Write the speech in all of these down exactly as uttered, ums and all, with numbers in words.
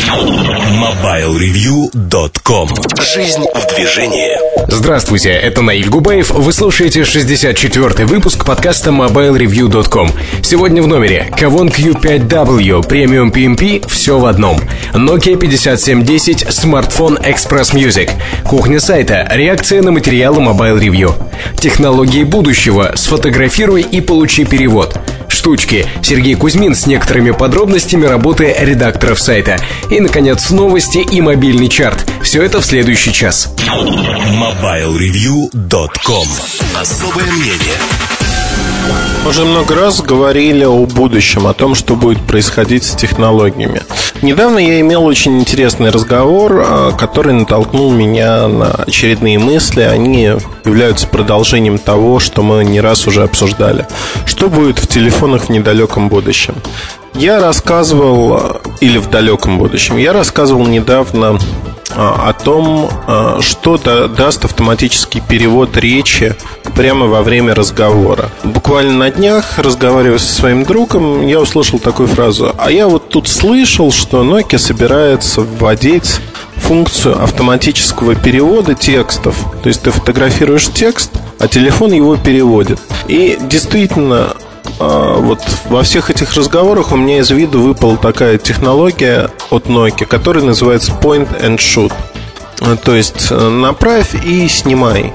мобайл ревью точка ком. Жизнь в движении. Здравствуйте, это Наиль Губаев. Вы слушаете шестьдесят четвёртый выпуск подкаста мобайл ревью точка ком. Сегодня в номере Kavon кью пять дабл ю Premium пи эм пи все в одном, Nokia пятьдесят семь десять смартфон Express Music, кухня сайта, реакция на материалы Mobile Review, технологии будущего, сфотографируй и получи перевод, штучки, Сергей Кузьмин с некоторыми подробностями работы редакторов сайта и, наконец, новости и мобильный чарт. Все это в следующий час. мобайл ревью точка ком. Особое мнение. Уже много раз говорили о будущем, о том, что будет происходить с технологиями. Недавно я имел очень интересный разговор, который натолкнул меня на очередные мысли. Они являются продолжением того, что мы не раз уже обсуждали. Что будет в телефонах в недалеком будущем? Я рассказывал, или в далеком будущем, я рассказывал недавно о том, что даст автоматический перевод речи прямо во время разговора. Буквально на днях, разговаривая со своим другом, я услышал такую фразу: а я вот тут слышал, что Nokia собирается вводить функцию автоматического перевода текстов. То есть ты фотографируешь текст, а телефон его переводит. И действительно, вот во всех этих разговорах у меня из виду выпала такая технология от Nokia, которая называется Point and Shoot. То есть направь и снимай.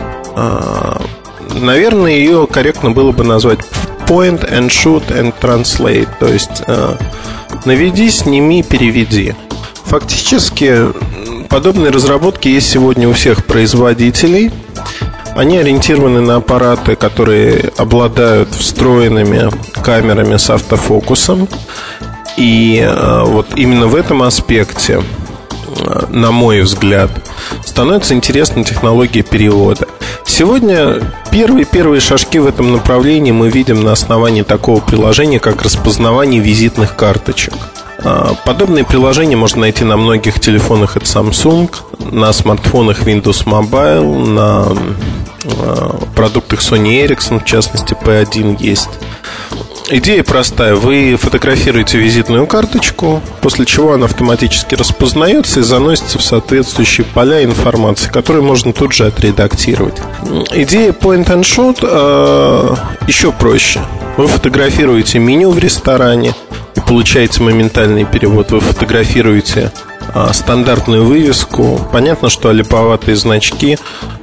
Наверное, ее корректно было бы назвать Point and Shoot and Translate. То есть наведи, сними, переведи. Фактически подобные разработки есть сегодня у всех производителей. Они ориентированы на аппараты, которые обладают встроенными камерами с автофокусом. И э, вот именно в этом аспекте, э, на мой взгляд, становится интересна технология перевода. Сегодня первые-первые шажки в этом направлении мы видим на основании такого приложения, как распознавание визитных карточек. Подобные приложения можно найти на многих телефонах от Samsung, на смартфонах Windows Mobile, на продуктах Sony Ericsson, в частности пи один есть. Идея простая. Вы фотографируете визитную карточку, после чего она автоматически распознается и заносится в соответствующие поля информации, которые можно тут же отредактировать. Идея Point and Shoot э, еще проще. Вы фотографируете меню в ресторане и получаете моментальный перевод. Вы фотографируете э, стандартную вывеску. Понятно, что олиповатые значки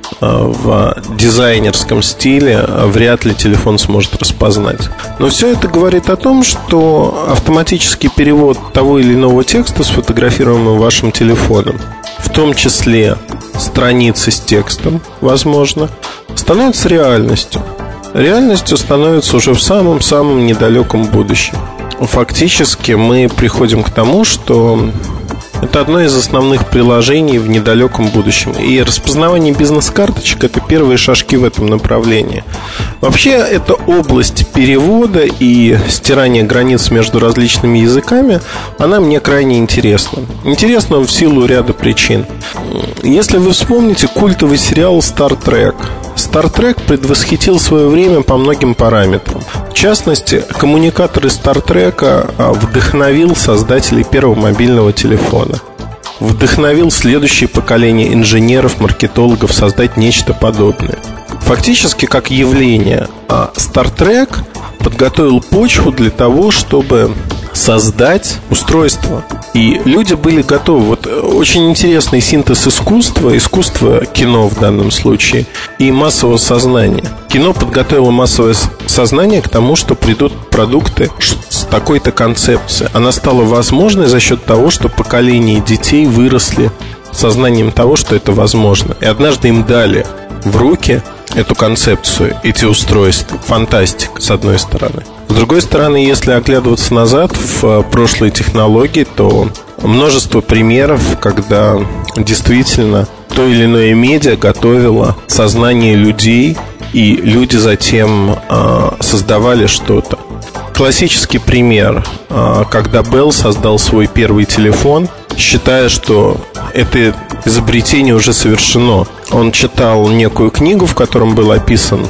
в дизайнерском стиле вряд ли телефон сможет распознать. Но все это говорит о том, что автоматический перевод того или иного текста, сфотографируемого вашим телефоном, в том числе страницы с текстом, возможно, становится реальностью. Реальностью становится уже в самом-самом недалеком будущем. Фактически мы приходим к тому, что это одно из основных приложений в недалеком будущем. И распознавание бизнес-карточек – это первые шажки в этом направлении. Вообще, эта область перевода и стирания границ между различными языками, она мне крайне интересна. Интересна в силу ряда причин. Если вы вспомните культовый сериал «Стар Трек», Star Trek предвосхитил свое время по многим параметрам. В частности, коммуникатор из Star Trek вдохновил создателей первого мобильного телефона. Вдохновил следующее поколение инженеров, маркетологов создать нечто подобное. Фактически, как явление, Star Trek подготовил почву для того, чтобы создать устройство. И люди были готовы. Вот очень интересный синтез искусства, искусства кино в данном случае, и массового сознания. Кино подготовило массовое сознание к тому, что придут продукты с такой-то концепцией. Она стала возможной за счет того, что поколения детей выросли сознанием того, что это возможно. И однажды им дали в руки эту концепцию, эти устройства. Фантастика, с одной стороны. С другой стороны, если оглядываться назад в прошлые технологии, то множество примеров, когда действительно то или иное медиа готовило сознание людей, и люди затем э, создавали что-то. Классический пример, э, когда Bell создал свой первый телефон, считая, что это изобретение уже совершено. Он читал некую книгу, в котором был описан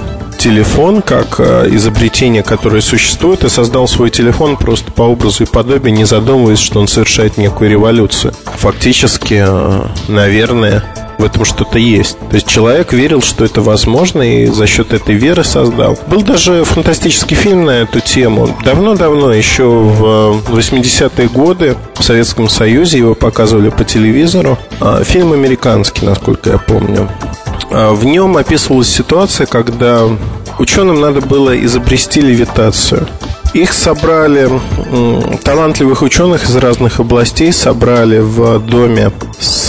телефон как изобретение, которое существует, и создал свой телефон просто по образу и подобию, не задумываясь, что он совершает некую революцию. Фактически, наверное, в этом что-то есть. То есть человек верил, что это возможно, и за счет этой веры создал. Был даже фантастический фильм на эту тему. Давно-давно, еще в восьмидесятые годы в Советском Союзе его показывали по телевизору. Фильм американский, насколько я помню. В нем описывалась ситуация, когда ученым надо было изобрести левитацию. Их собрали, талантливых ученых из разных областей собрали в доме с,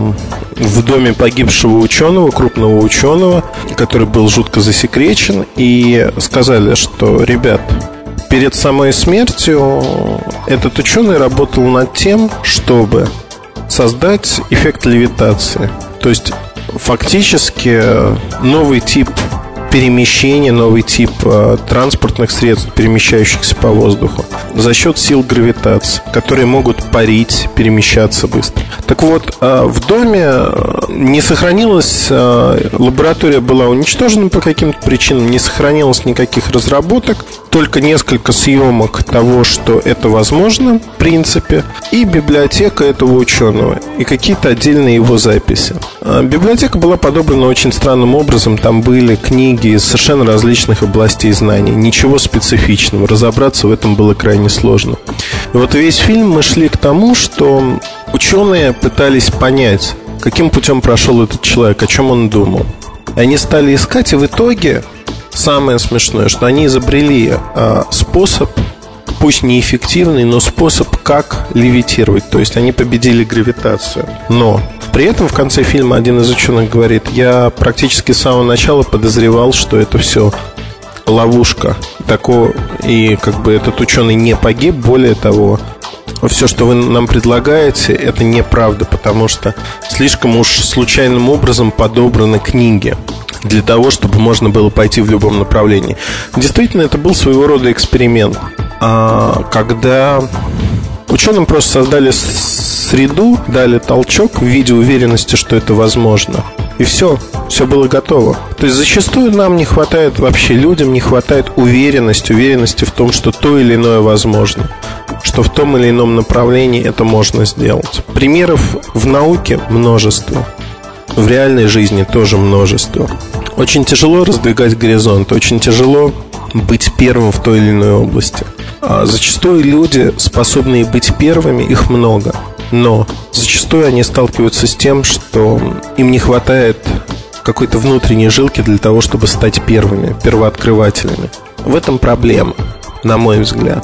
в доме погибшего ученого, крупного ученого, который был жутко засекречен, и сказали, что, ребят, перед самой смертью этот ученый работал над тем, чтобы создать эффект левитации. То есть фактически новый тип перемещения, новый тип э, транспортных средств, перемещающихся по воздуху за счет сил гравитации, которые могут парить, перемещаться быстро. Так вот, э, в доме не сохранилась, э, лаборатория была уничтожена по каким-то причинам, не сохранилось никаких разработок, только несколько съемок того, что это возможно, в принципе, и библиотека этого ученого, и какие-то отдельные его записи. Э, библиотека была подобрана очень странным образом, там были книги из совершенно различных областей знаний. Ничего специфичного. Разобраться в этом было крайне сложно. И вот весь фильм мы шли к тому, что ученые пытались понять, каким путем прошел этот человек, о чем он думал. И они стали искать, и в итоге самое смешное, что они изобрели а, способ, пусть неэффективный, но способ, как левитировать. То есть они победили гравитацию. Но при этом в конце фильма один из ученых говорит: я практически с самого начала подозревал, что это все ловушка. Тако, и как бы этот ученый не погиб. Более того, все, что вы нам предлагаете, это неправда, потому что слишком уж случайным образом подобраны книги для того, чтобы можно было пойти в любом направлении. Действительно, это был своего рода эксперимент, когда ученым просто создали среду, дали толчок в виде уверенности, что это возможно. И все, все было готово. То есть зачастую нам не хватает, вообще людям не хватает уверенности, уверенности в том, что то или иное возможно, что в том или ином направлении это можно сделать. Примеров в науке множество, в реальной жизни тоже множество. Очень тяжело раздвигать горизонт, очень тяжело быть первым в той или иной области. А зачастую люди, способные быть первыми, их много. Но зачастую они сталкиваются с тем, что им не хватает какой-то внутренней жилки для того, чтобы стать первыми, первооткрывателями. В этом проблема, на мой взгляд.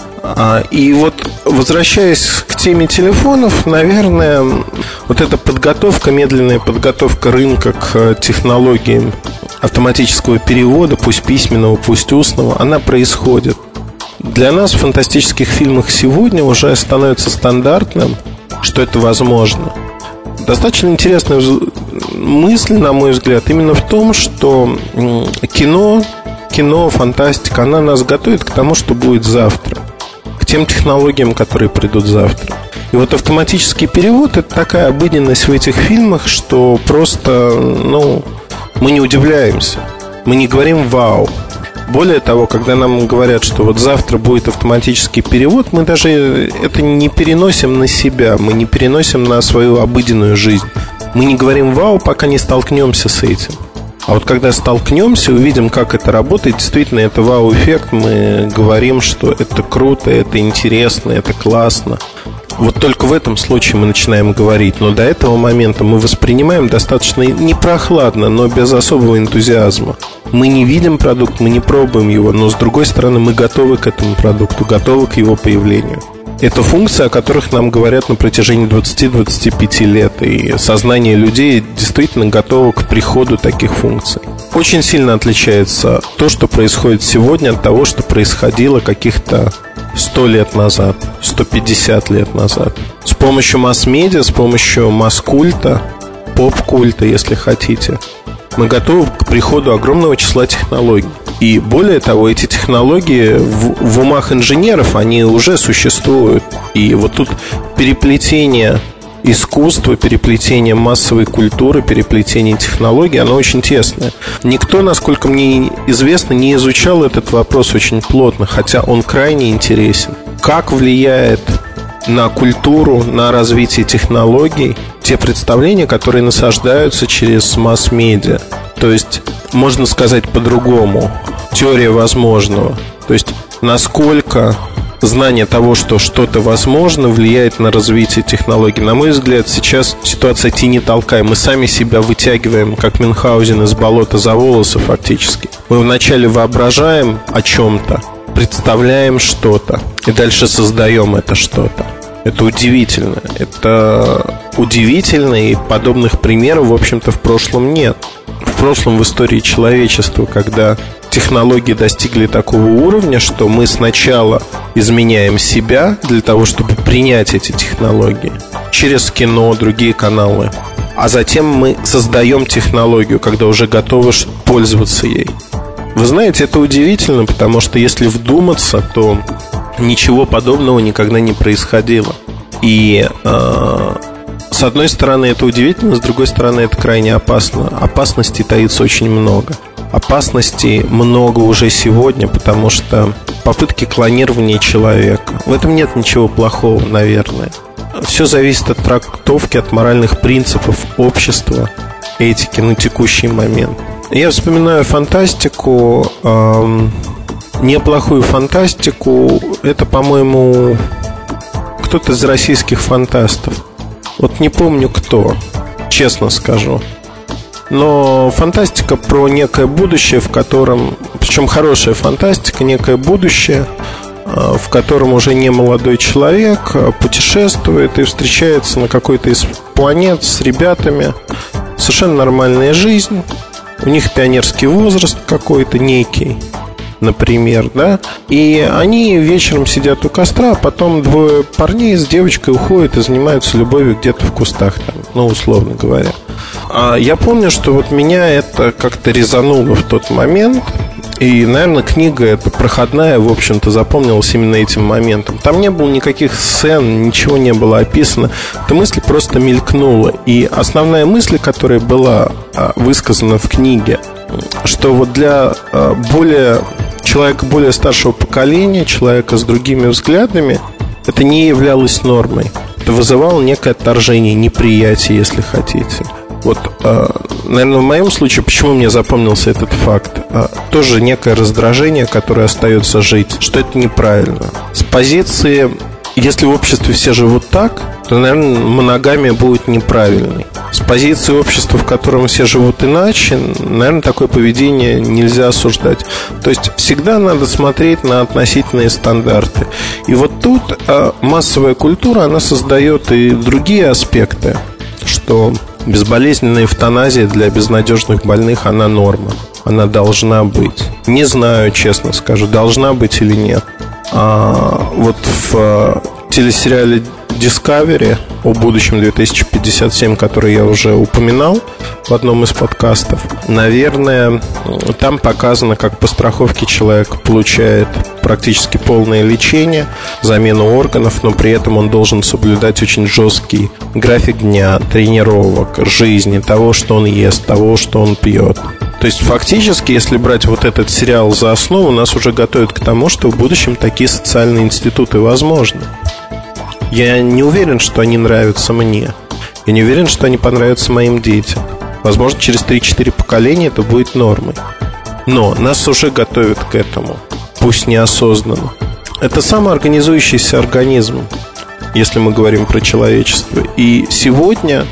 И вот, возвращаясь к теме телефонов, наверное, вот эта подготовка, медленная подготовка рынка к технологиям автоматического перевода, пусть письменного, пусть устного, она происходит. Для нас в фантастических фильмах сегодня уже становится стандартным, что это возможно. Достаточно интересная мысль, на мой взгляд, именно в том, что кино, кино, фантастика, она нас готовит к тому, что будет завтра, к тем технологиям, которые придут завтра. И вот автоматический перевод — это такая обыденность в этих фильмах, что просто, ну, мы не удивляемся, мы не говорим «вау». Более того, когда нам говорят, что вот завтра будет автоматический перевод, мы даже это не переносим на себя, мы не переносим на свою обыденную жизнь. Мы не говорим «вау», пока не столкнемся с этим. А вот когда столкнемся, увидим, как это работает, действительно, это вау-эффект, мы говорим, что это круто, это интересно, это классно. Вот только в этом случае мы начинаем говорить. Но до этого момента мы воспринимаем достаточно не прохладно, но без особого энтузиазма. Мы не видим продукт, мы не пробуем его, но с другой стороны мы готовы к этому продукту, готовы к его появлению. Это функции, о которых нам говорят на протяжении двадцати-двадцати пяти лет. И сознание людей действительно готово к приходу таких функций. Очень сильно отличается то, что происходит сегодня, от того, что происходило каких-то сто лет назад, сто пятьдесят лет назад. С помощью масс-медиа, с помощью масс-культа, поп-культа, если хотите, мы готовы к приходу огромного числа технологий. И более того, эти технологии в, в умах инженеров, они уже существуют. И вот тут переплетение искусство, переплетение массовой культуры, переплетение технологий, оно очень тесное. Никто, насколько мне известно, не изучал этот вопрос очень плотно, хотя он крайне интересен. Как влияет на культуру, на развитие технологий те представления, которые насаждаются через масс-медиа? То есть, можно сказать по-другому, теория возможного. То есть, насколько знание того, что что-то возможно, влияет на развитие технологий. На мой взгляд, сейчас ситуация «тяни толкай». Мы сами себя вытягиваем, как Мюнхгаузен, из болота за волосы фактически. Мы вначале воображаем о чем-то, представляем что-то и дальше создаем это что-то. Это удивительно. Это удивительно, и подобных примеров, в общем-то, в прошлом нет. В прошлом, в истории человечества, когда технологии достигли такого уровня, что мы сначала изменяем себя для того, чтобы принять эти технологии через кино, другие каналы, а затем мы создаем технологию, когда уже готовы пользоваться ей. Вы знаете, это удивительно, потому что если вдуматься, то ничего подобного никогда не происходило. И э, с одной стороны это удивительно, с другой стороны это крайне опасно. Опасностей таится очень много. Опасностей много уже сегодня, потому что попытки клонирования человека. В этом нет ничего плохого, наверное. Все зависит от трактовки, от моральных принципов общества, этики на текущий момент. Я вспоминаю фантастику, эм, неплохую фантастику. Это, по-моему, кто-то из российских фантастов. Вот не помню кто, честно скажу. Но фантастика про некое будущее, в котором, причем хорошая фантастика, некое будущее, в котором уже не молодой человек путешествует и встречается на какой-то из планет с ребятами. Совершенно нормальная жизнь. У них пионерский возраст какой-то некий, например, да. И они вечером сидят у костра, а потом двое парней с девочкой уходят и занимаются любовью где-то в кустах там, ну, условно говоря. А я помню, что вот меня это как-то резануло в тот момент. И, наверное, книга эта проходная, в общем-то, запомнилась именно этим моментом. Там не было никаких сцен, ничего не было описано. Эта мысль просто мелькнула. И основная мысль, которая была высказана в книге, что вот для более, человека более старшего поколения, человека с другими взглядами, это не являлось нормой. Это вызывало некое отторжение, неприятие, если хотите. Вот, наверное, в моем случае, почему мне запомнился этот факт, тоже некое раздражение, которое остается жить, что это неправильно. С позиции, если в обществе все живут так, то, наверное, моногамия будет неправильной. С позиции общества, в котором все живут иначе, наверное, такое поведение нельзя осуждать. То есть всегда надо смотреть на относительные стандарты. И вот тут массовая культура, она создает и другие аспекты, что безболезненная эвтаназия для безнадежных больных, она норма. Она должна быть. Не знаю, честно скажу, должна быть или нет. А вот в телесериале Discovery о будущем две тысячи пятьдесят семь, который я уже упоминал в одном из подкастов, наверное, там показано, как по страховке человек получает практически полное лечение, замену органов, но при этом он должен соблюдать очень жесткий график дня, тренировок, жизни, того, что он ест, того, что он пьет. То есть фактически, если брать вот этот сериал за основу, нас уже готовят к тому, что в будущем такие социальные институты возможны. Я не уверен, что они нравятся мне. Я не уверен, что они понравятся моим детям. Возможно, через три-четыре поколения это будет нормой. Но нас уже готовят к этому, пусть неосознанно. Это самоорганизующийся организм, если мы говорим про человечество. И сегодня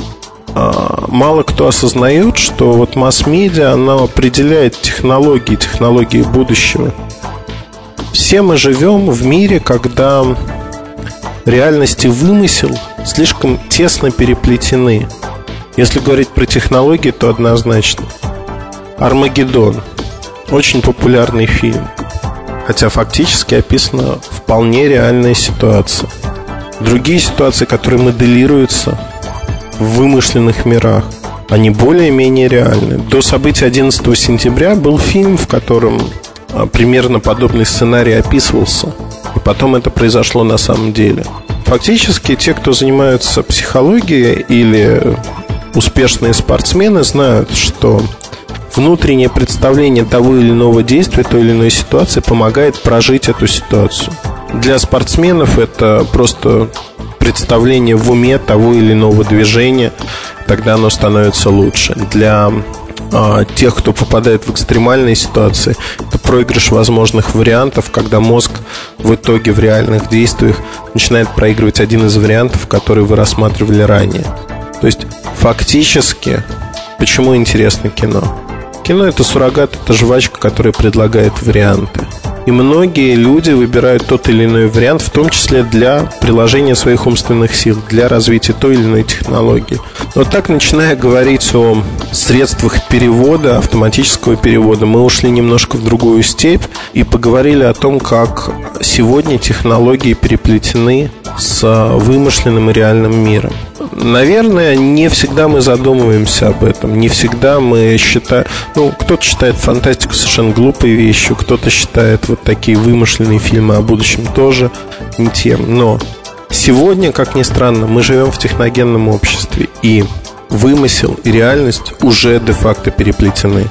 а, мало кто осознает, что вот масс-медиа, она определяет технологии, технологии будущего. Все мы живем в мире, когда реальность и вымысел слишком тесно переплетены. Если говорить про технологии, то однозначно «Армагеддон» — очень популярный фильм, хотя фактически описана вполне реальная ситуация. Другие ситуации, которые моделируются в вымышленных мирах, они более-менее реальны. До событий одиннадцатого сентября был фильм, в котором примерно подобный сценарий описывался, и потом это произошло на самом деле. Фактически те, кто занимаются психологией или успешные спортсмены, знают, что внутреннее представление того или иного действия, той или иной ситуации помогает прожить эту ситуацию. Для спортсменов это просто представление в уме того или иного движения, тогда оно становится лучше. Для а, тех, кто попадает в экстремальные ситуации, это проигрыш возможных вариантов, когда мозг в итоге в реальных действиях начинает проигрывать один из вариантов, который вы рассматривали ранее. То есть фактически, почему интересно кино? Кино — это суррогат, это жвачка, которая предлагает варианты. И многие люди выбирают тот или иной вариант, в том числе для приложения своих умственных сил, для развития той или иной технологии. Но так, начиная говорить о средствах перевода, автоматического перевода, мы ушли немножко в другую степь и поговорили о том, как сегодня технологии переплетены с вымышленным и реальным миром. Наверное, не всегда мы задумываемся об этом. Не всегда мы считаем... Ну, кто-то считает фантастику совершенно глупой вещью, кто-то считает вот такие вымышленные фильмы о будущем тоже не тем. Но сегодня, как ни странно, мы живем в техногенном обществе, и вымысел и реальность уже де-факто переплетены.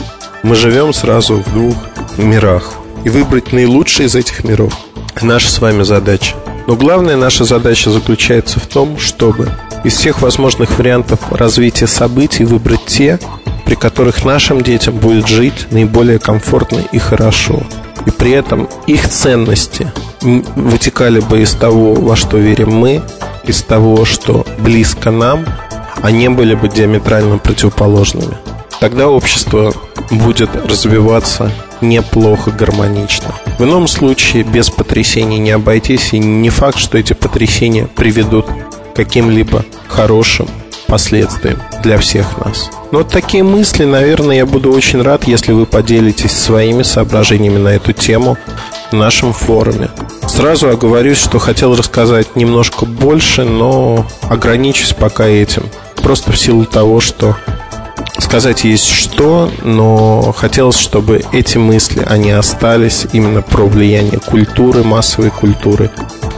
Мы живем сразу в двух мирах, и выбрать наилучший из этих миров — наша с вами задача. Но главная наша задача заключается в том, чтобы из всех возможных вариантов развития событий выбрать те, при которых нашим детям будет жить наиболее комфортно и хорошо. И при этом их ценности вытекали бы из того, во что верим мы, из того, что близко нам, а не были бы диаметрально противоположными. Тогда общество будет развиваться неплохо, гармонично. В ином случае без потрясений не обойтись, и не факт, что эти потрясения приведут к каким-либо хорошим последствиям для всех нас. Но вот такие мысли, наверное, я буду очень рад, если вы поделитесь своими соображениями на эту тему в нашем форуме. Сразу оговорюсь, что хотел рассказать немножко больше, но ограничусь пока этим. Просто в силу того, что сказать есть что, но хотелось, чтобы эти мысли, они остались именно про влияние культуры, массовой культуры,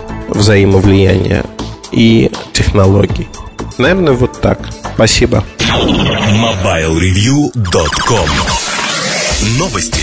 взаимовлияния и технологий. Наверное, вот так. Спасибо. мобайл ревью точка ком. Новости.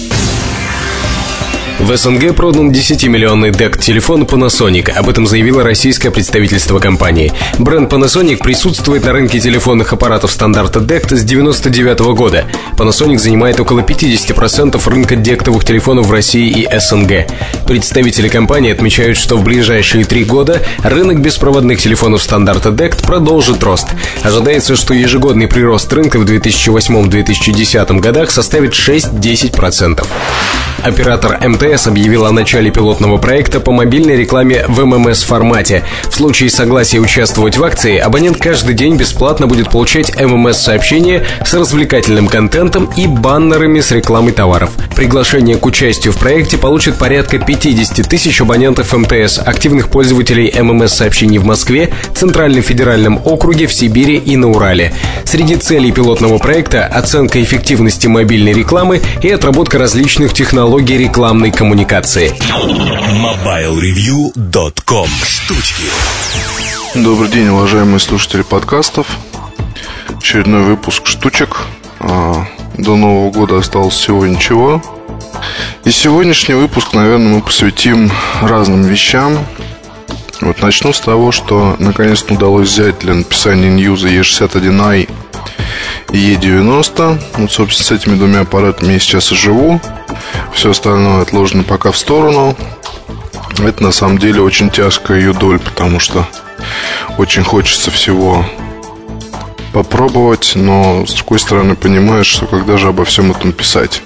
В СНГ продан десятимиллионный дек-телефон Panasonic. Об этом заявило российское представительство компании. Бренд Panasonic присутствует на рынке телефонных аппаратов стандарта дэ и си ти с девяносто девятого года. Panasonic занимает около пятьдесят процентов рынка дектовых телефонов в России и СНГ. Представители компании отмечают, что в ближайшие три года рынок беспроводных телефонов стандарта дэ и си ти продолжит рост. Ожидается, что ежегодный прирост рынка в две тысячи восьмом — две тысячи десятом годах составит шесть-десять процентов. Оператор эм тэ эс объявил о начале пилотного проекта по мобильной рекламе в эм эм эс-формате. В случае согласия участвовать в акции, абонент каждый день бесплатно будет получать эм эм эс-сообщения с развлекательным контентом и баннерами с рекламой товаров. Приглашение к участию в проекте получат порядка пятьдесят тысяч абонентов эм тэ эс, активных пользователей эм эм эс-сообщений в Москве, Центральном федеральном округе, в Сибири и на Урале. Среди целей пилотного проекта — оценка эффективности мобильной рекламы и отработка различных технологий рекламной коммуникации. мобайл ревью точка ком. Штучки. Добрый день, уважаемые слушатели подкастов. Очередной выпуск штучек. До Нового года осталось всего ничего. И сегодняшний выпуск, наверное, мы посвятим разным вещам. Вот начну с того, что наконец-то удалось взять для написания ньюза и шестьдесят один ай и и девяносто. Вот, собственно, с этими двумя аппаратами я сейчас и живу. Все остальное отложено пока в сторону. Это на самом деле очень тяжкая юдоль, потому что очень хочется всего попробовать, но с другой стороны понимаешь, что когда же обо всем этом писать.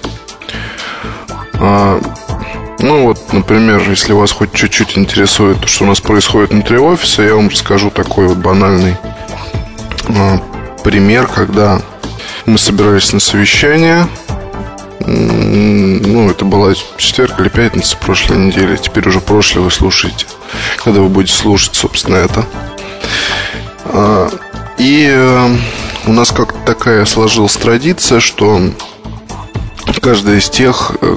а, Ну вот, например, если вас хоть чуть-чуть интересует, что у нас происходит внутри офиса, я вам расскажу такой вот банальный а, пример, когда мы собирались на совещание. Ну, это была четверг или пятница прошлой недели. Теперь уже прошлое вы слушаете, когда вы будете слушать, собственно, это. И у нас как-то такая сложилась традиция, что каждый из тех,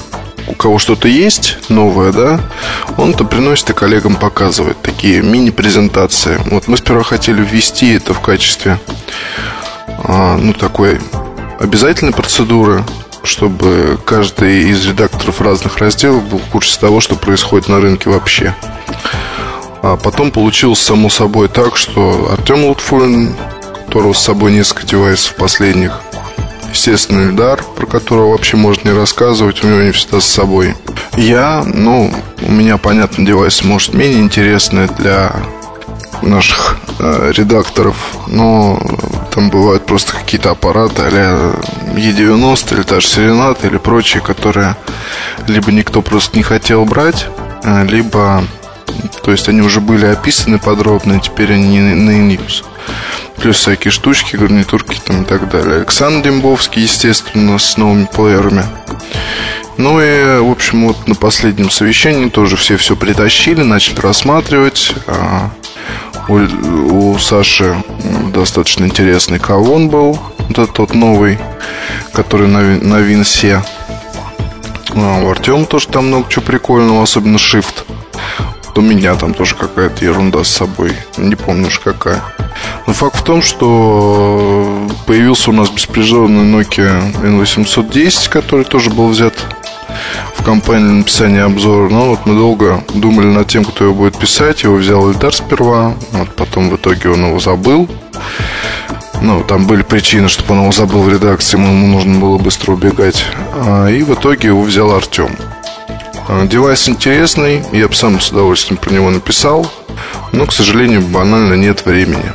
у кого что-то есть новое, да, он это приносит и коллегам показывает. Такие мини-презентации. Вот мы сперва хотели ввести это в качестве а, ну, такой обязательной процедуры, чтобы каждый из редакторов разных разделов был в курсе того, что происходит на рынке вообще. А потом получилось само собой так, что Артем Лутфуллин, у которого с собой несколько девайсов последних, естественно, Эльдар, про которого вообще можно не рассказывать, у него не всегда с собой. Я, ну, у меня, понятно, девайс может менее интересный для наших э, редакторов, но там бывают просто какие-то аппараты а-ля и девяносто или даже Serenade или прочие, которые либо никто просто не хотел брать, либо, то есть они уже были описаны подробно, и теперь они не на in-use. Плюс всякие штучки, гарнитурки там и так далее. Александр Дембовский, естественно, с новыми плеерами. Ну и, в общем, вот на последнем совещании тоже все все притащили, начали рассматривать. У, у Саши достаточно интересный кавон был, вот этот вот новый, который на, на Винсе. А у Артема тоже там много чего прикольного, особенно Shift. Вот у меня там тоже какая-то ерунда с собой, не помню уж какая. Но факт в том, что появился у нас беспризорный Nokia эн восемьсот десять, который тоже был взят в компании на написание обзора. Но вот мы долго думали над тем, кто его будет писать. Его взял Эльдар сперва, вот потом в итоге он его забыл. Ну, там были причины, чтобы он его забыл в редакции, ему нужно было быстро убегать. И в итоге его взял Артем. Девайс интересный, я бы сам с удовольствием про него написал, но, к сожалению, банально нет времени.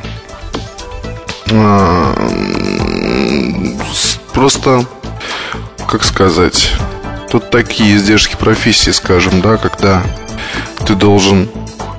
Просто, как сказать, тут такие издержки профессии, скажем, да, когда ты должен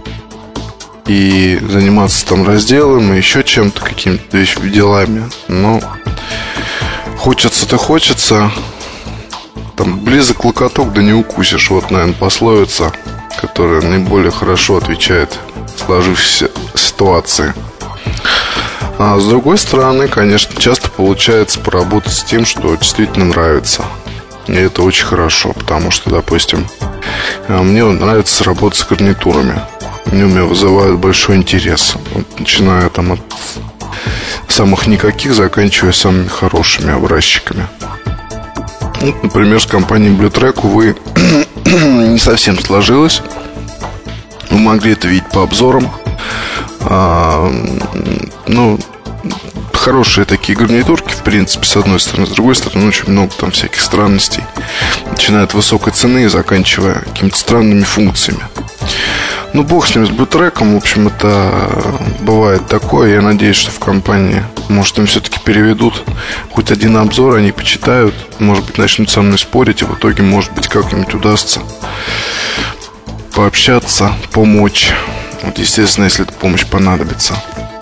и заниматься там разделом, и еще чем-то, какими-то делами. Но хочется-то хочется. Там близок локоток, да не укусишь. Вот, наверное, пословица, которая наиболее хорошо отвечает сложившейся ситуации. А с другой стороны, конечно, часто получается поработать с тем, что действительно нравится. И это очень хорошо, потому что, допустим, мне нравится работать с гарнитурами. Они у меня вызывают большой интерес, вот, начиная там от самых никаких, заканчивая самыми хорошими образчиками. Вот, например, с компанией Bluetrack, увы, не совсем сложилось. Вы могли это видеть по обзорам. а, Ну, хорошие такие гарнитурки, в принципе, с одной стороны. С другой стороны, очень много там всяких странностей, начиная от высокой цены и заканчивая какими-то странными функциями. Ну, бог с ним, с Bluetrack. В общем, это бывает такое. Я надеюсь, что в компании, может, им все-таки переведут хоть один обзор, они почитают, может быть, начнут со мной спорить, и в итоге, может быть, как-нибудь удастся пообщаться, помочь. Вот, естественно, если эта помощь понадобится.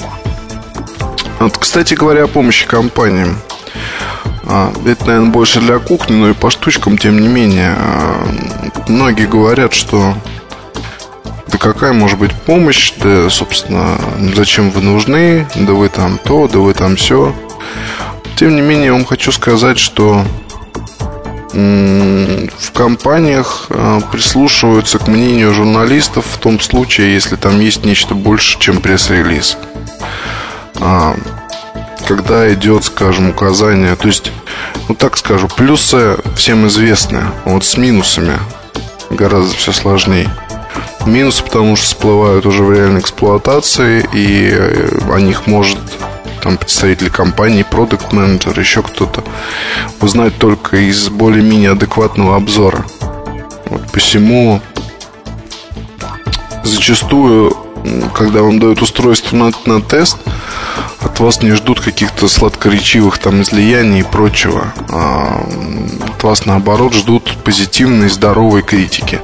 Вот, кстати говоря, о помощи компаниям. Это, наверное, больше для кухни, но и по штучкам, тем не менее. Многие говорят, что да какая может быть помощь, да, собственно, зачем вы нужны, да вы там то, да вы там сё. Тем не менее, я вам хочу сказать, что м- в компаниях а, прислушиваются к мнению журналистов в том случае, если там есть нечто больше, чем пресс-релиз. А, когда идет, скажем, указание, то есть, ну так скажу, плюсы всем известны, а вот с минусами гораздо все сложнее. Минусы, потому что всплывают уже в реальной эксплуатации, и о них может там представитель компании, продакт-менеджер, еще кто-то узнать только из более-менее адекватного обзора. Вот посему зачастую, когда вам дают устройство на, на тест, от вас не ждут каких-то сладкоречивых там излияний и прочего, а от вас, наоборот, ждут позитивной, здоровой критики.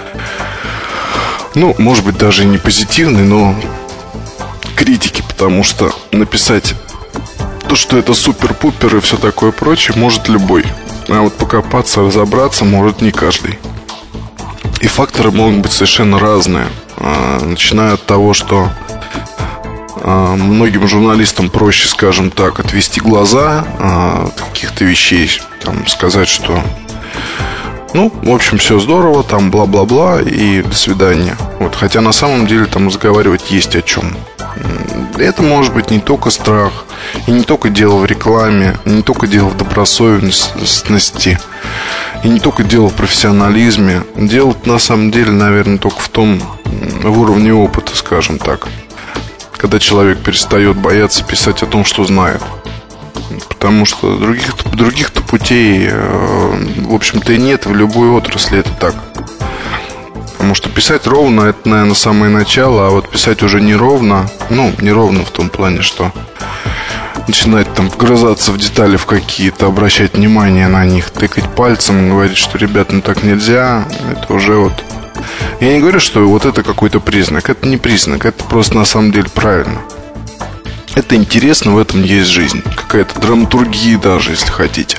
Ну, может быть, даже и не позитивной, но критики, потому что написать то, что это супер-пупер и все такое прочее, может любой. А вот покопаться, разобраться может не каждый. И факторы могут быть совершенно разные. Начиная от того, что многим журналистам проще, скажем так, отвести глаза от каких-то вещей, там, сказать, что Ну, в общем, все здорово, там бла-бла-бла и до свидания. Вот, хотя на самом деле там разговаривать есть о чем. Это может быть не только страх, и не только дело в рекламе, и не только дело в добросовестности, и не только дело в профессионализме. Дело на самом деле, наверное, только в том, в уровне опыта, скажем так. Когда человек перестает бояться писать о том, что знает. Потому что других, других-то путей, в общем-то, и нет в любой отрасли, это так. Потому что писать ровно, это, наверное, самое начало. А вот писать уже неровно, ну, неровно в том плане, что начинать там вгрызаться в детали в какие-то, обращать внимание на них, тыкать пальцем, говорить, что, ребят, ну так нельзя. Это уже вот... Я не говорю, что вот это какой-то признак. Это не признак, это просто на самом деле правильно. Это интересно, в этом есть жизнь. Какая-то драматургия даже, если хотите.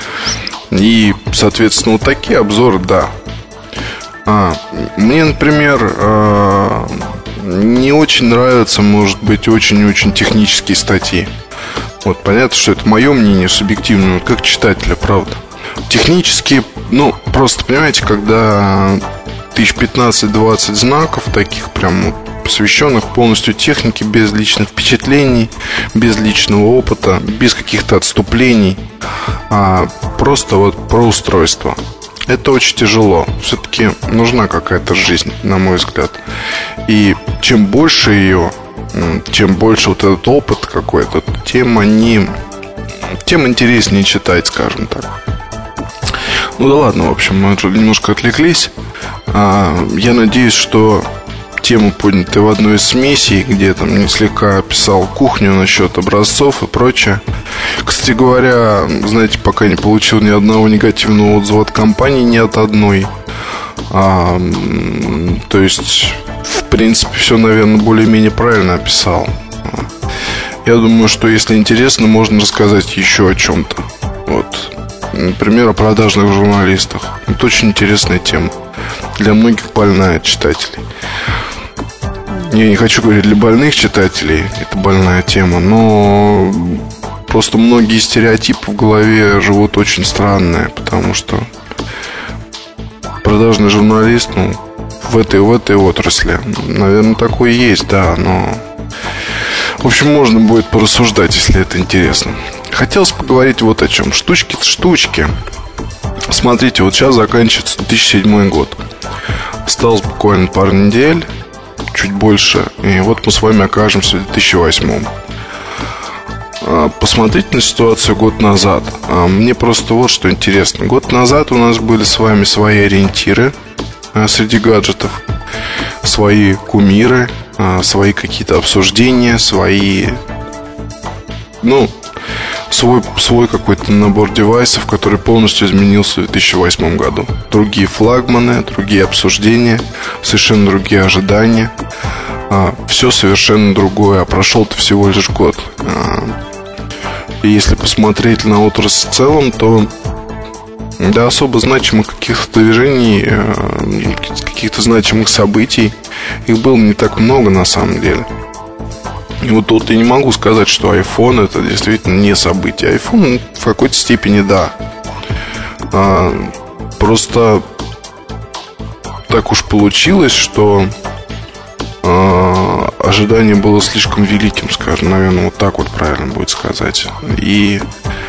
И, соответственно, вот такие обзоры, да. а, Мне, например, а, не очень нравятся, может быть, очень-очень технические статьи. Вот, понятно, что это мое мнение субъективное, как читателя, правда. Технические, ну, просто, понимаете, когда тысяч пятнадцать-двадцать знаков, таких прям посвященных полностью технике, без личных впечатлений, без личного опыта, без каких-то отступлений, а просто вот про устройство. Это очень тяжело. Все-таки нужна какая-то жизнь, на мой взгляд. И чем больше ее, чем больше вот этот опыт какой-то, тем они, тем интереснее читать, скажем так. Ну да ладно, в общем, мы уже немножко отвлеклись. Я надеюсь, что тема, поднятая в одной из смесей, где я там слегка описал кухню насчет образцов и прочее. Кстати говоря, знаете, пока не получил ни одного негативного отзыва от компании, ни от одной. а, То есть, в принципе, все, наверное, более-менее правильно описал. Я думаю, что если интересно, можно рассказать еще о чем-то. Вот, например, о продажных журналистах. Это очень интересная тема. Для многих больная читателей. Я не хочу говорить для больных читателей, это больная тема, но просто многие стереотипы в голове живут очень странные, потому что продажный журналист, ну, в этой, в этой отрасли, наверное, такой есть, да, но... В общем, можно будет порассуждать, если это интересно. Хотелось поговорить вот о чем. Штучки-то штучки. Смотрите, вот сейчас заканчивается две тысячи седьмой год. Осталось буквально пару недель, чуть больше. И вот мы с вами окажемся в две тысячи восьмом. Посмотрите на ситуацию год назад. Мне просто вот что интересно. Год назад у нас были с вами свои ориентиры среди гаджетов, свои кумиры, свои какие-то обсуждения, свои... Ну, свой, свой какой-то набор девайсов, который полностью изменился в две тысячи восьмом году. Другие флагманы, другие обсуждения, совершенно другие ожидания. Все совершенно другое. А прошел-то всего лишь год. И если посмотреть на отрасль в целом, то до особо значимых каких-то движений, каких-то значимых событий их было не так много на самом деле. И вот тут я не могу сказать, что iPhone это действительно не событие. iPhone в какой-то степени да. а, Просто так уж получилось, что а, ожидание было слишком великим, скажем, наверное, вот так вот правильно будет сказать. И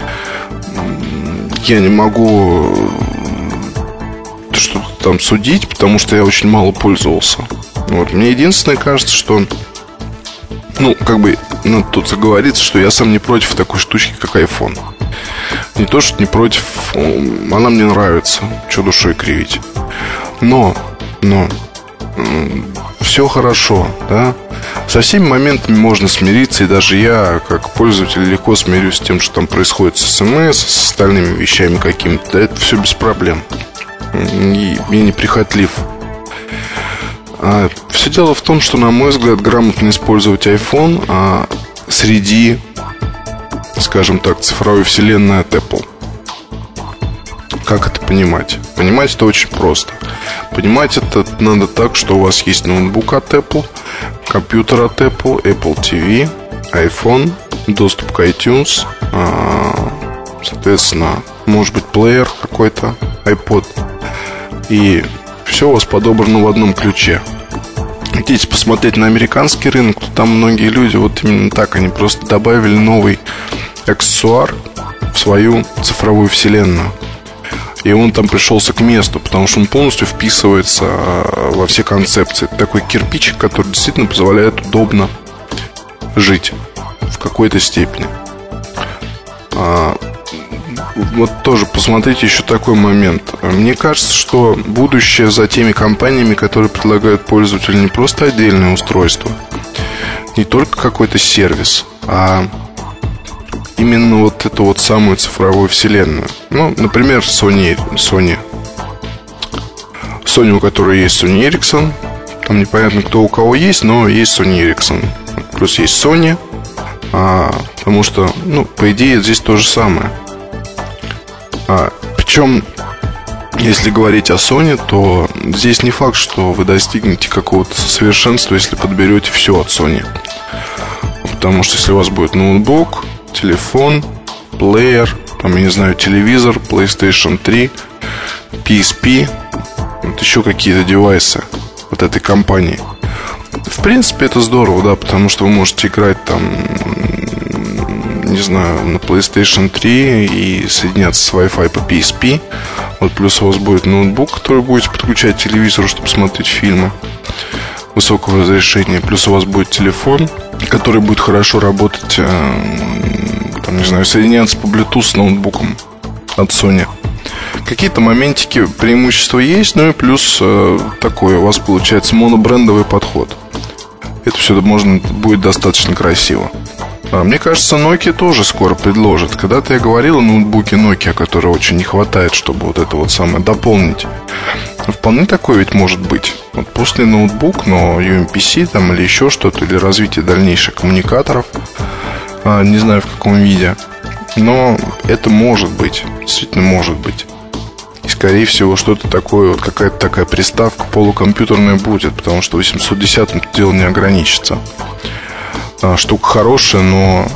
я не могу что-то там судить, потому что я очень мало пользовался. Вот. Мне единственное кажется, что, ну, как бы, ну, тут говорится, что я сам не против такой штучки, как iPhone. Не то, что не против, она мне нравится, что душой кривить. Но, но все хорошо, да. Со всеми моментами можно смириться. И даже я, как пользователь, легко смирюсь с тем, что там происходит с СМС, с остальными вещами какими-то. Да, это все без проблем. И я неприхотлив. а, Все дело в том, что, на мой взгляд, грамотно использовать iPhone а, среди, скажем так, цифровой вселенной от Apple. Как это понимать? Понимать это очень просто. Понимать это надо так, что у вас есть ноутбук от Apple, компьютер от Apple, Apple ти ви, iPhone, доступ к iTunes, соответственно, может быть плеер какой-то, iPod, и все у вас подобрано в одном ключе. Хотите посмотреть на американский рынок, то там многие люди вот именно так, они просто добавили новый аксессуар в свою цифровую вселенную. И он там пришелся к месту, потому что он полностью вписывается во все концепции. Это такой кирпичик, который действительно позволяет удобно жить в какой-то степени. а, Вот тоже посмотрите еще такой момент. Мне кажется, что будущее за теми компаниями, которые предлагают пользователю не просто отдельное устройство, не только какой-то сервис, а именно вот эту вот самую цифровую вселенную. Ну, например, Sony, Sony Sony, у которой есть Sony Ericsson. Там непонятно, кто у кого есть, но есть Sony Ericsson. Плюс есть Sony, а, потому что, ну, по идее, здесь то же самое. а, Причем, если говорить о Sony, то здесь не факт, что вы достигнете какого-то совершенства, если подберете все от Sony. Потому что если у вас будет ноутбук, телефон, плеер, там, я не знаю, телевизор, PlayStation три, пи эс пи, вот еще какие-то девайсы вот этой компании, в принципе, это здорово, да, потому что вы можете играть там, не знаю, на PlayStation три и соединяться с Wi-Fi по пи эс пи. Вот плюс у вас будет ноутбук, который будете подключать к телевизору, чтобы смотреть фильмы высокого разрешения. Плюс у вас будет телефон, который будет хорошо работать, там, не знаю, соединяться по Bluetooth с ноутбуком от Sony. Какие-то моментики, преимущества есть, ну и плюс э, такой у вас получается монобрендовый подход. Это все можно будет достаточно красиво. а, Мне кажется, Nokia тоже скоро предложит. Когда-то я говорил о ноутбуке Nokia, который очень не хватает, чтобы вот это вот самое дополнить. Вполне такое ведь может быть. Вот после ноутбук, но ю эм пи си там или еще что-то, или развитие дальнейших коммуникаторов, а, не знаю в каком виде, но это может быть, действительно может быть. И скорее всего что-то такое, вот какая-то такая приставка полукомпьютерная будет, потому что восемьсот десятым дело не ограничится. а, Штука хорошая, но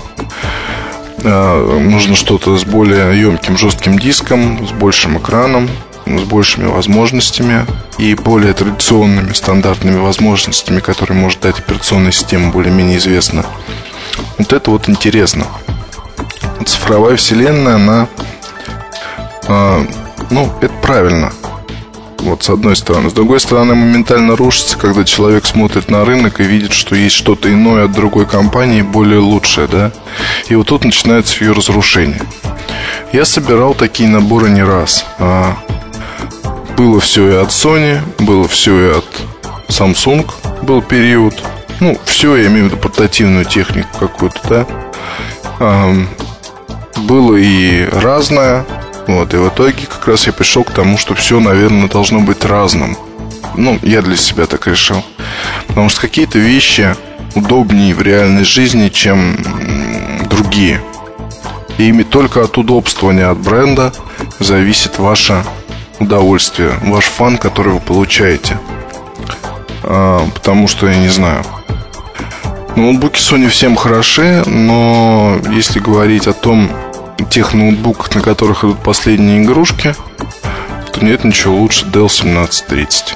а, нужно что-то с более емким жестким диском, с большим экраном, с большими возможностями и более традиционными стандартными возможностями, которые может дать операционная система, более-менее известна. Вот это вот интересно. Цифровая вселенная, она э, ну, это правильно. Вот с одной стороны. С другой стороны, моментально рушится, когда человек смотрит на рынок и видит, что есть что-то иное от другой компании, более лучшее, да? И вот тут начинается ее разрушение. Я собирал такие наборы не раз. а, Было все и от Sony, было все и от Samsung. Был период. Ну, все, я имею в виду портативную технику какую-то, да. а, Было и разное. Вот, и в итоге как раз я пришел к тому, что все, наверное, должно быть разным. Ну, я для себя так решил. Потому что какие-то вещи удобнее в реальной жизни, чем другие. И ими только от удобства, а не от бренда, зависит ваше удовольствие, ваш фан, который вы получаете. а, Потому что, я не знаю, ноутбуки Sony всем хороши, но если говорить о том, тех ноутбуках, на которых идут последние игрушки, то нет ничего лучше Dell семнадцать тридцать.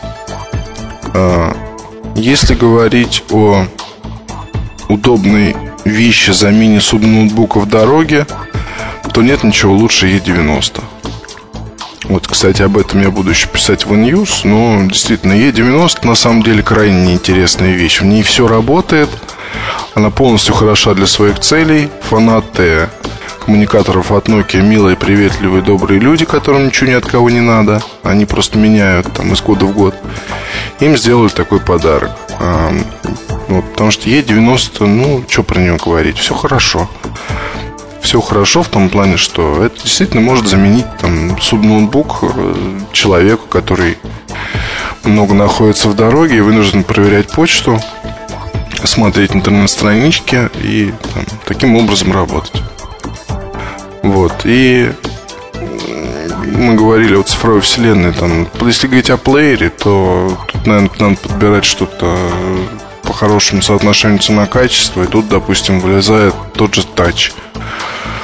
Если говорить о удобной вещи замене субноутбука в дороге, то нет ничего лучше и девяносто. Вот, кстати, об этом я буду еще писать в InNews. Но действительно, и девяносто на самом деле крайне неинтересная вещь. В ней все работает. Она полностью хороша для своих целей. Фанаты коммуникаторов от Nokia милые, приветливые, добрые люди, которым ничего ни от кого не надо. Они просто меняют там из года в год. Им сделали такой подарок. а, вот, Потому что и девяносто, ну, что про нее говорить, все хорошо. Все хорошо в том плане, что это действительно может заменить там субноутбук человеку, который много находится в дороге и вынужден проверять почту, смотреть интернет-странички и там, таким образом работать. Вот. И мы говорили о цифровой вселенной. Там, если говорить о плеере, то тут, наверное, надо подбирать что-то по хорошему соотношению цена-качество. И тут, допустим, вылезает тот же Touch,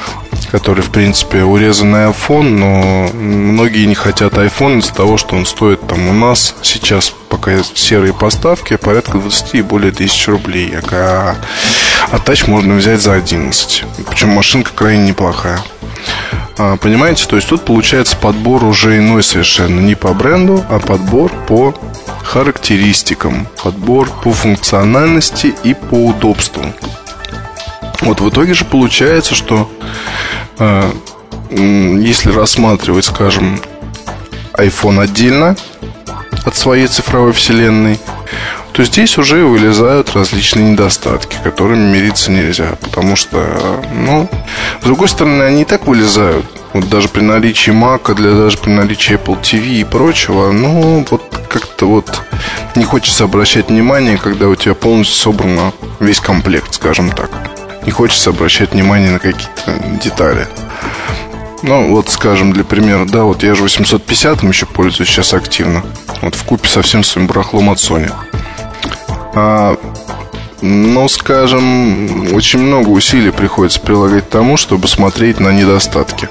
который, в принципе, урезанный iPhone, но многие не хотят iPhone из-за того, что он стоит там у нас сейчас, пока серые поставки, порядка двадцать и более тысяч рублей. А, а Touch можно взять за одиннадцать. Причем машинка крайне неплохая. а, Понимаете, то есть тут получается подбор уже иной совершенно. Не по бренду, а подбор по характеристикам, подбор по функциональности и по удобству. Вот в итоге же получается, что э, если рассматривать, скажем, iPhone отдельно от своей цифровой вселенной, то здесь уже вылезают различные недостатки, которыми мириться нельзя. Потому что, ну, с другой стороны, они и так вылезают. Вот даже при наличии Mac, для, даже при наличии Apple ти ви и прочего, ну, вот как-то вот не хочется обращать внимание, когда у тебя полностью собран весь комплект, скажем так. Не хочется обращать внимание на какие-то детали. Ну, вот, скажем, для примера, да, вот я же восемьсот пятидесятым еще пользуюсь сейчас активно. Вот вкупе со всем своим барахлом от Sony. а, Ну, скажем, очень много усилий приходится прилагать к тому, чтобы смотреть на недостатки.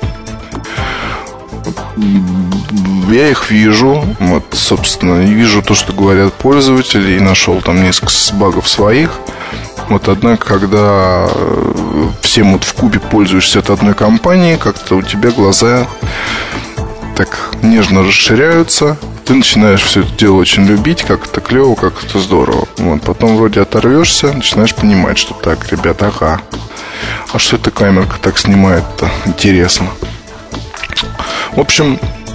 Я их вижу. Вот, собственно, вижу то, что говорят пользователи, и нашел там несколько багов своих. Вот, однако, когда всем вот вкупе пользуешься от одной компании, как-то у тебя глаза так нежно расширяются. Ты начинаешь все это дело очень любить, как это клево, как это здорово. Вот, потом вроде оторвешься, начинаешь понимать, что так, ребята, ага, а что эта камерка так снимает-то? Интересно. В общем,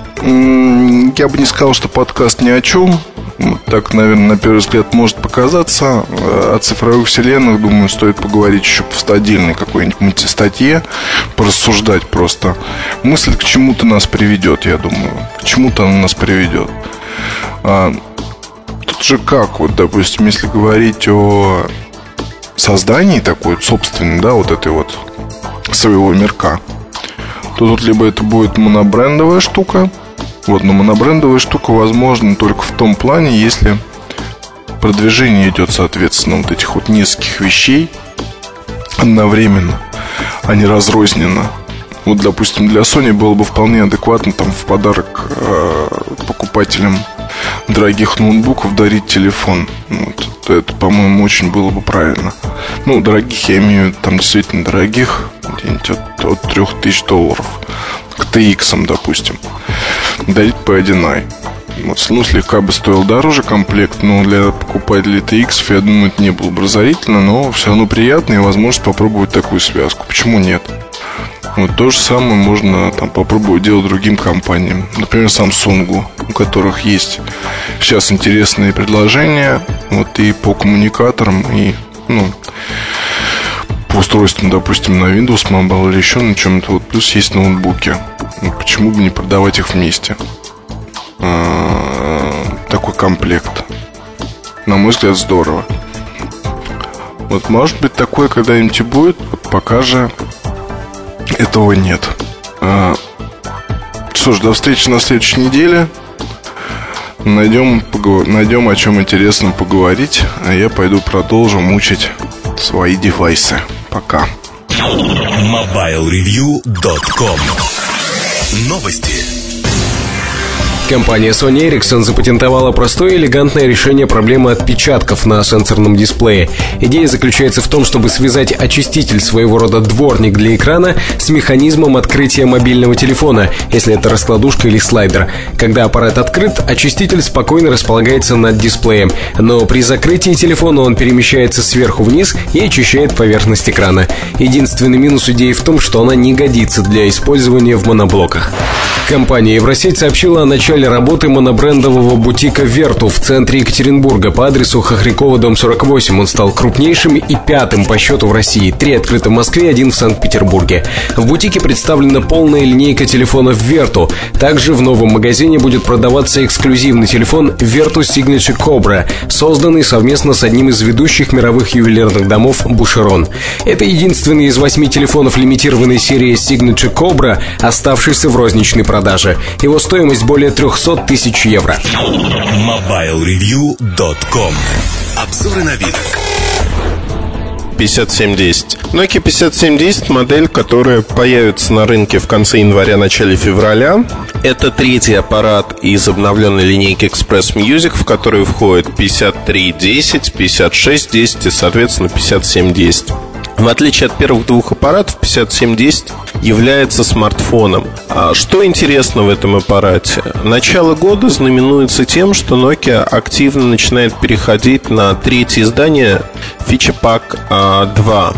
я бы не сказал, что подкаст ни о чем. Так, наверное, на первый взгляд может показаться. О цифровых вселенных, думаю, стоит поговорить еще в отдельной какой-нибудь статье, порассуждать просто. Мысль к чему-то нас приведет, я думаю. К чему-то она нас приведет. а, Тут же как, вот, допустим, если говорить о создании такой собственной, да, вот этой вот своего мирка, то тут либо это будет монобрендовая штука. Вот, но монобрендовая штука возможна только в том плане, если продвижение идет, соответственно, вот этих вот нескольких вещей одновременно, а не разрозненно. Вот, допустим, для Sony было бы вполне адекватно там в подарок э, покупателям дорогих ноутбуков дарить телефон. Вот, это, по-моему, очень было бы правильно. Ну, дорогих, я имею в виду, там действительно дорогих, где-нибудь от, от трех тысяч долларов. К ти икс, допустим, дарить пи один ай. Вот, ну, слегка бы стоил дороже комплект, но для покупателей ти икс, я думаю, это не было бы разорительно, но все равно приятно и возможность попробовать такую связку. Почему нет? Вот то же самое можно там попробовать делать другим компаниям. Например, Samsung, у которых есть сейчас интересные предложения, вот, и по коммуникаторам, и, ну, по устройствам, допустим, на Windows Mobile или еще на чем-то. Вот, плюс есть ноутбуки. Ну, почему бы не продавать их вместе? А, такой комплект. На мой взгляд, здорово. Вот, может быть, такое когда-нибудь и будет. Вот пока же этого нет. а, Что ж, до встречи на следующей неделе. Найдем, поговор... Найдем о чем интересном поговорить. А я пойду продолжу мучить свои девайсы. Пока. мобайл ревью точка ком. Новости. Компания Sony Ericsson запатентовала простое и элегантное решение проблемы отпечатков на сенсорном дисплее. Идея заключается в том, чтобы связать очиститель, своего рода дворник для экрана, с механизмом открытия мобильного телефона, если это раскладушка или слайдер. Когда аппарат открыт, очиститель спокойно располагается над дисплеем, но при закрытии телефона он перемещается сверху вниз и очищает поверхность экрана. Единственный минус идеи в том, что она не годится для использования в моноблоках. Компания Евросеть сообщила о начале работы монобрендового бутика Верту в центре Екатеринбурга по адресу Хохрякова, дом сорок восемь. Он стал крупнейшим и пятым по счету в России. Три открыты в Москве, один в Санкт-Петербурге. В бутике представлена полная линейка телефонов Верту. Также в новом магазине будет продаваться эксклюзивный телефон Vertu Signature Cobra, созданный совместно с одним из ведущих мировых ювелирных домов Boucheron. Это единственный из восьми телефонов лимитированной серии Signature Cobra, оставшийся в розничной продаже. Его стоимость более трехсот тысяч евро. мобайл ревью точка ком. Обзоры новинок. пятьдесят семь десять. Nokia пятьдесят семь десять — модель, которая появится на рынке в конце января, начале февраля. Это третий аппарат из обновленной линейки Express Music, в которую входит пятьдесят три десять, пятьдесят шесть десять и, соответственно, пятьдесят семь десять. В отличие от первых двух аппаратов, пятьдесят семь десять является смартфоном. А что интересно в этом аппарате? Начало года знаменуется тем, что Nokia активно начинает переходить на третье издание Feature Pack два.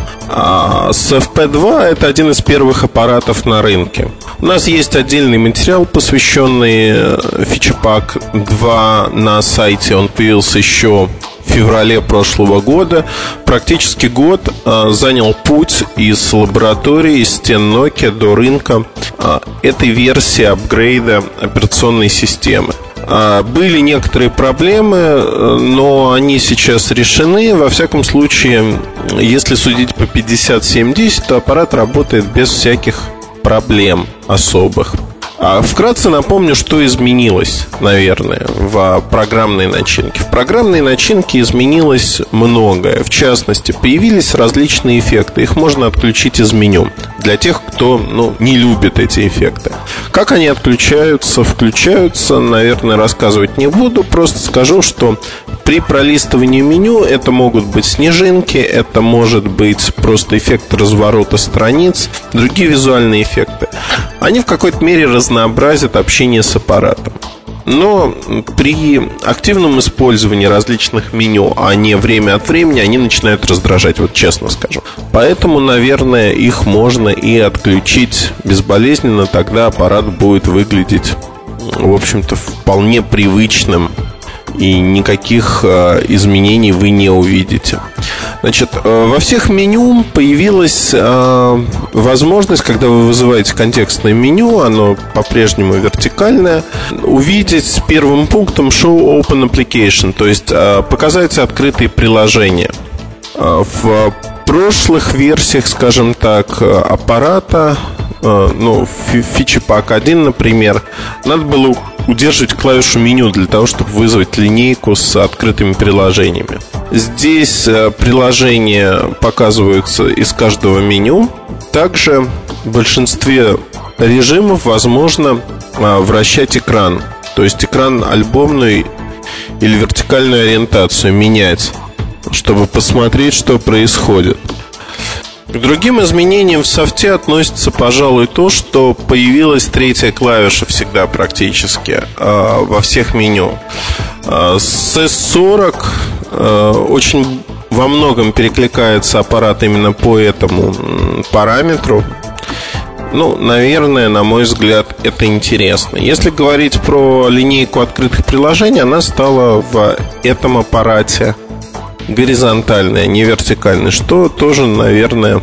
А с эф пи два это один из первых аппаратов на рынке. У нас есть отдельный материал, посвященный Feature Pack два на сайте. Он появился еще в феврале прошлого года. Практически год а, занял путь из лаборатории, из стен Nokia до рынка а, этой версии апгрейда операционной системы. а, Были некоторые проблемы, но они сейчас решены. Во всяком случае, если судить по пятьдесят семь десять, то аппарат работает без всяких проблем особых. А вкратце напомню, что изменилось, наверное, в программной начинке. В программной начинке изменилось многое. В частности, появились различные эффекты. Их можно отключить из меню для тех, кто ну, не любит эти эффекты. Как они отключаются, включаются, наверное, рассказывать не буду. Просто скажу, что при пролистывании меню это могут быть снежинки, это может быть просто эффект разворота страниц, другие визуальные эффекты. Они в какой-то мере разнообразят общение с аппаратом. Но при активном использовании различных меню, а не время от времени, они начинают раздражать, вот честно скажу. Поэтому, наверное, их можно и отключить безболезненно. Тогда аппарат будет выглядеть, в общем-то, вполне привычным, и никаких э, изменений вы не увидите. Значит, э, во всех меню появилась э, возможность, когда вы вызываете контекстное меню, оно по-прежнему вертикальное, увидеть первым пунктом Show Open Application, то есть э, показать открытые приложения. Э, в прошлых версиях, скажем так, аппарата, э, ну, Feature Pack один, например, надо было удерживать клавишу меню для того, чтобы вызвать линейку с открытыми приложениями. Здесь приложения показываются из каждого меню. Также в большинстве режимов возможно вращать экран, то есть экран альбомную или вертикальную ориентацию менять, чтобы посмотреть, что происходит. К другим изменениям в софте относится, пожалуй, то, что появилась третья клавиша всегда практически э, во всех меню. э, С эс сорок э, очень во многом перекликается аппарат именно по этому параметру. Ну, наверное, на мой взгляд, это интересно. Если говорить про линейку открытых приложений, она стала в этом аппарате горизонтальная, не вертикальная, что тоже, наверное,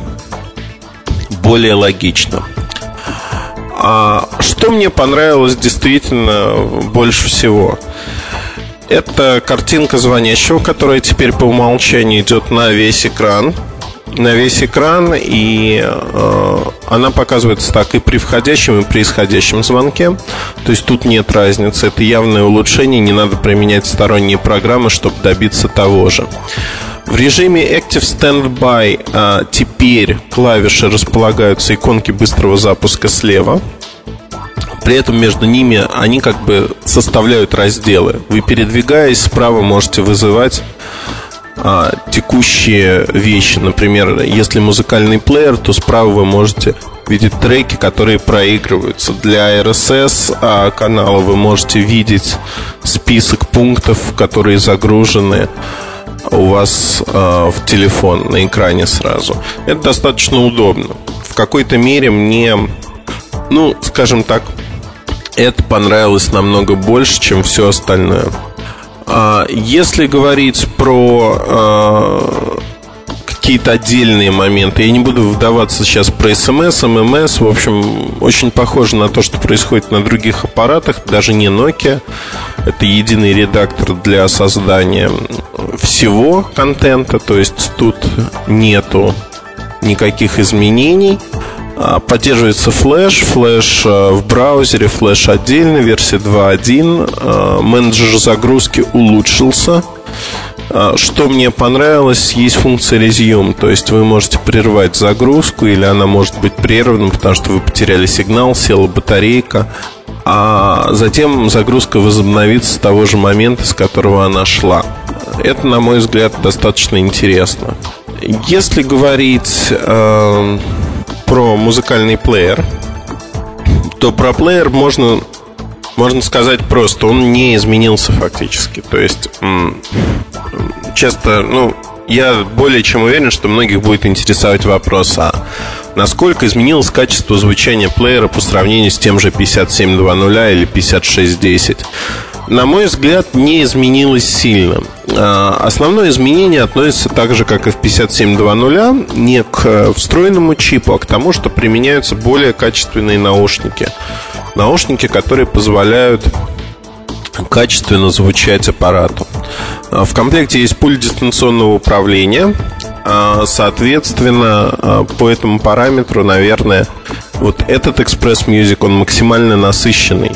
более логично. А что мне понравилось действительно больше всего? Это картинка звонящего, которая теперь по умолчанию идет на весь экран. На весь экран, и э, она показывается так и при входящем, и при исходящем звонке. То есть тут нет разницы. Это явное улучшение. Не надо применять сторонние программы, чтобы добиться того же. В режиме Active Standby э, теперь клавиши располагаются, иконки быстрого запуска слева. При этом между ними они как бы составляют разделы. Вы, передвигаясь справа, можете вызывать а, текущие вещи. Например, если музыкальный плеер, то справа вы можете видеть треки, которые проигрываются. Для ар эс эс а, канала вы можете видеть список пунктов, которые загружены у вас а, в телефон на экране сразу. Это достаточно удобно. В какой-то мере мне, ну, скажем так, это понравилось намного больше, чем все остальное. Если говорить про какие-то отдельные моменты, я не буду вдаваться сейчас про эс эм эс, эм эм эс. В общем, очень похоже на то, что происходит на других аппаратах, даже не Nokia. Это единый редактор для создания всего контента. То есть тут нету никаких изменений. Поддерживается флеш, флеш в браузере, флеш отдельно, версия два точка один. Менеджер загрузки улучшился. Что мне понравилось, есть функция resume. То есть вы можете прервать загрузку, или она может быть прервана, потому что вы потеряли сигнал, села батарейка, а затем загрузка возобновится с того же момента, с которого она шла. Это, на мой взгляд, достаточно интересно. Если говорить э, про музыкальный плеер, то про плеер можно, можно сказать просто: он не изменился фактически. То есть м- часто, ну, я более чем уверен, что многих будет интересовать вопрос: а насколько изменилось качество звучания плеера по сравнению с тем же пятьдесят семь двадцать или пятьдесят шесть десять? На мой взгляд, не изменилось сильно. Основное изменение относится так же, как и в пятьдесят семь двадцать, не к встроенному чипу, а к тому, что применяются более качественные наушники. Наушники, которые позволяют качественно звучать аппарату. В комплекте есть пульт дистанционного управления. Соответственно, по этому параметру, наверное, вот этот Express Music, он максимально насыщенный.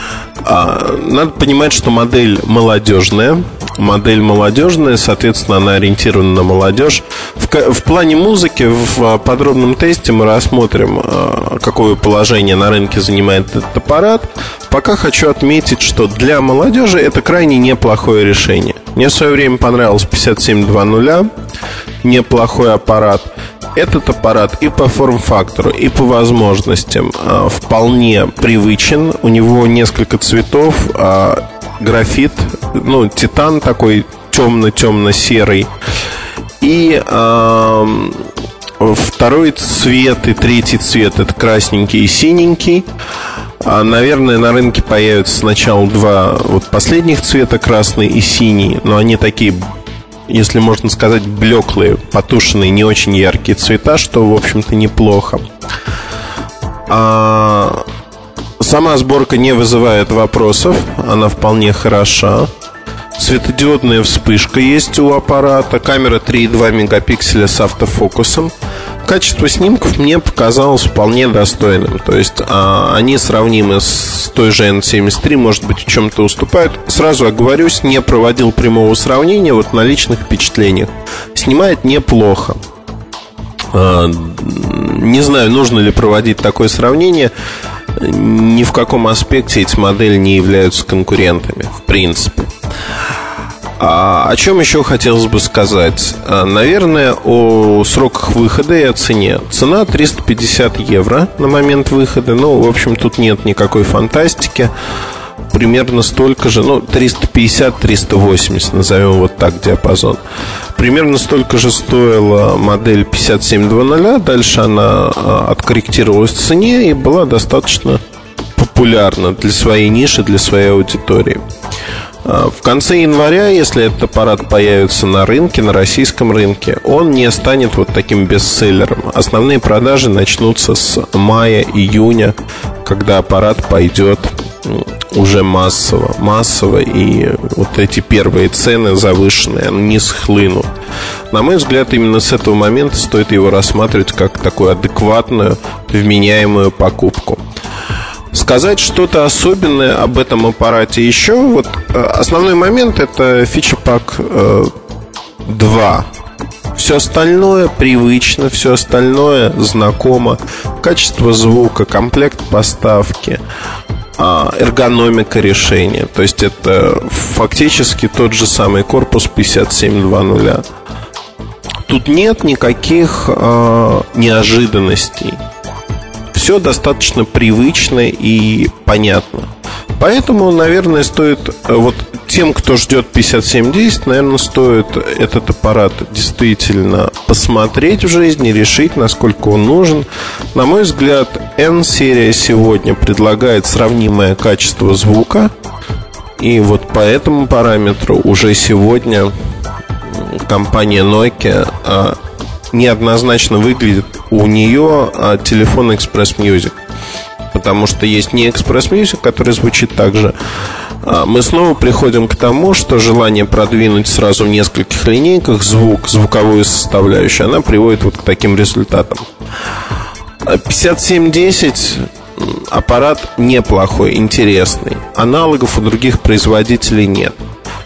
Надо понимать, что модель молодежная. Модель молодежная, соответственно, она ориентирована на молодежь. В, в плане музыки, в подробном тесте мы рассмотрим, какое положение на рынке занимает этот аппарат. Пока хочу отметить, что для молодежи это крайне неплохое решение. Мне в свое время понравился пятьдесят семь двадцать. Неплохой аппарат. Этот аппарат и по форм-фактору, и по возможностям э, вполне привычен. У него несколько цветов. э, Графит, ну, титан такой темно-темно-серый. И э, второй цвет и третий цвет — это красненький и синенький. а, Наверное, на рынке появятся сначала два вот последних цвета, красный и синий. Но они такие, если можно сказать, блеклые, потушенные, не очень яркие цвета, что, в общем-то, неплохо. а, Сама сборка не вызывает вопросов. Она вполне хороша. Светодиодная вспышка есть у аппарата. Камера три и два мегапикселя с автофокусом. Качество снимков мне показалось вполне достойным. То есть а, они сравнимы с той же эн семьдесят три, может быть, в чем-то уступают. Сразу оговорюсь, не проводил прямого сравнения. Вот на личных впечатлениях снимает неплохо. а, Не знаю, нужно ли проводить такое сравнение. Ни в каком аспекте эти модели не являются конкурентами, в принципе. А о чем еще хотелось бы сказать? Наверное, о сроках выхода и о цене. Цена триста пятьдесят евро на момент выхода. Ну, в общем, тут нет никакой фантастики. Примерно столько же, ну, триста пятьдесят - триста восемьдесят, назовем вот так диапазон. Примерно столько же стоила модель пятьдесят семь двадцать. Дальше она откорректировалась в цене и была достаточно популярна для своей ниши, для своей аудитории. В конце января, если этот аппарат появится на рынке, на российском рынке, он не станет вот таким бестселлером. Основные продажи начнутся с мая-июня, когда аппарат пойдет уже массово, массово, и вот эти первые цены завышенные, они схлынут. На мой взгляд, именно с этого момента стоит его рассматривать как такую адекватную, вменяемую покупку. Сказать что-то особенное об этом аппарате еще. Вот основной момент — это фича-пак два. Все остальное привычно, все остальное знакомо. Качество звука, комплект поставки, эргономика решения. То есть это фактически тот же самый корпус пятьдесят семь двадцать. Тут нет никаких э, неожиданностей. Все достаточно привычно и понятно. Поэтому, наверное, стоит, вот тем, кто ждет пятьдесят семь десять, наверное, стоит этот аппарат действительно посмотреть в жизни, решить, насколько он нужен. На мой взгляд, N-серия сегодня предлагает сравнимое качество звука. И вот по этому параметру уже сегодня компания Nokia а, неоднозначно выглядит. У нее а, телефон Express Music. Потому что есть не Express Music, который звучит так же. Мы снова приходим к тому, что желание продвинуть сразу в нескольких линейках звук, звуковую составляющую, она приводит вот к таким результатам. пятьдесят семь десять аппарат неплохой, интересный. Аналогов у других производителей нет.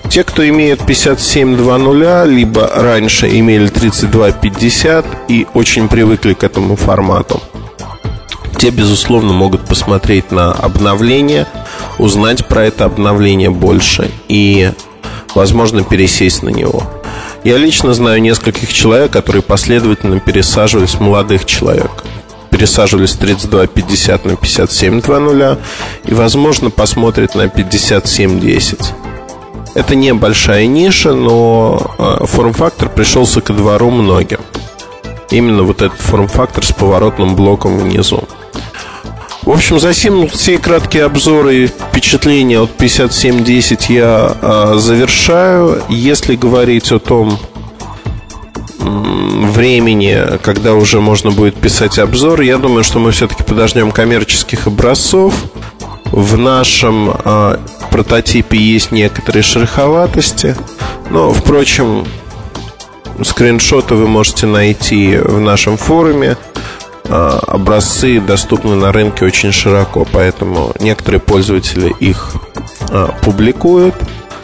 Те, кто имеет пятьдесят семь двадцать, либо раньше имели тридцать два пятьдесят и очень привыкли к этому формату, те, безусловно, могут посмотреть на обновление, узнать про это обновление больше и, возможно, пересесть на него. Я лично знаю нескольких человек, которые последовательно пересаживались, молодых человек, пересаживались с тридцать два пятьдесят на пятьдесят семь двадцать и, возможно, посмотрят на пятьдесят семь десять. Это небольшая ниша, но форм-фактор пришелся ко двору многим. Именно вот этот форм-фактор с поворотным блоком внизу. В общем, за все краткие обзоры и впечатления от пятьдесят семь десять я а, завершаю. Если говорить о том м, времени, когда уже можно будет писать обзор, я думаю, что мы все-таки подождем коммерческих образцов. В нашем а, прототипе есть некоторые шероховатости, но, впрочем, скриншоты вы можете найти в нашем форуме. а, Образцы доступны на рынке очень широко, поэтому некоторые пользователи их а, публикуют.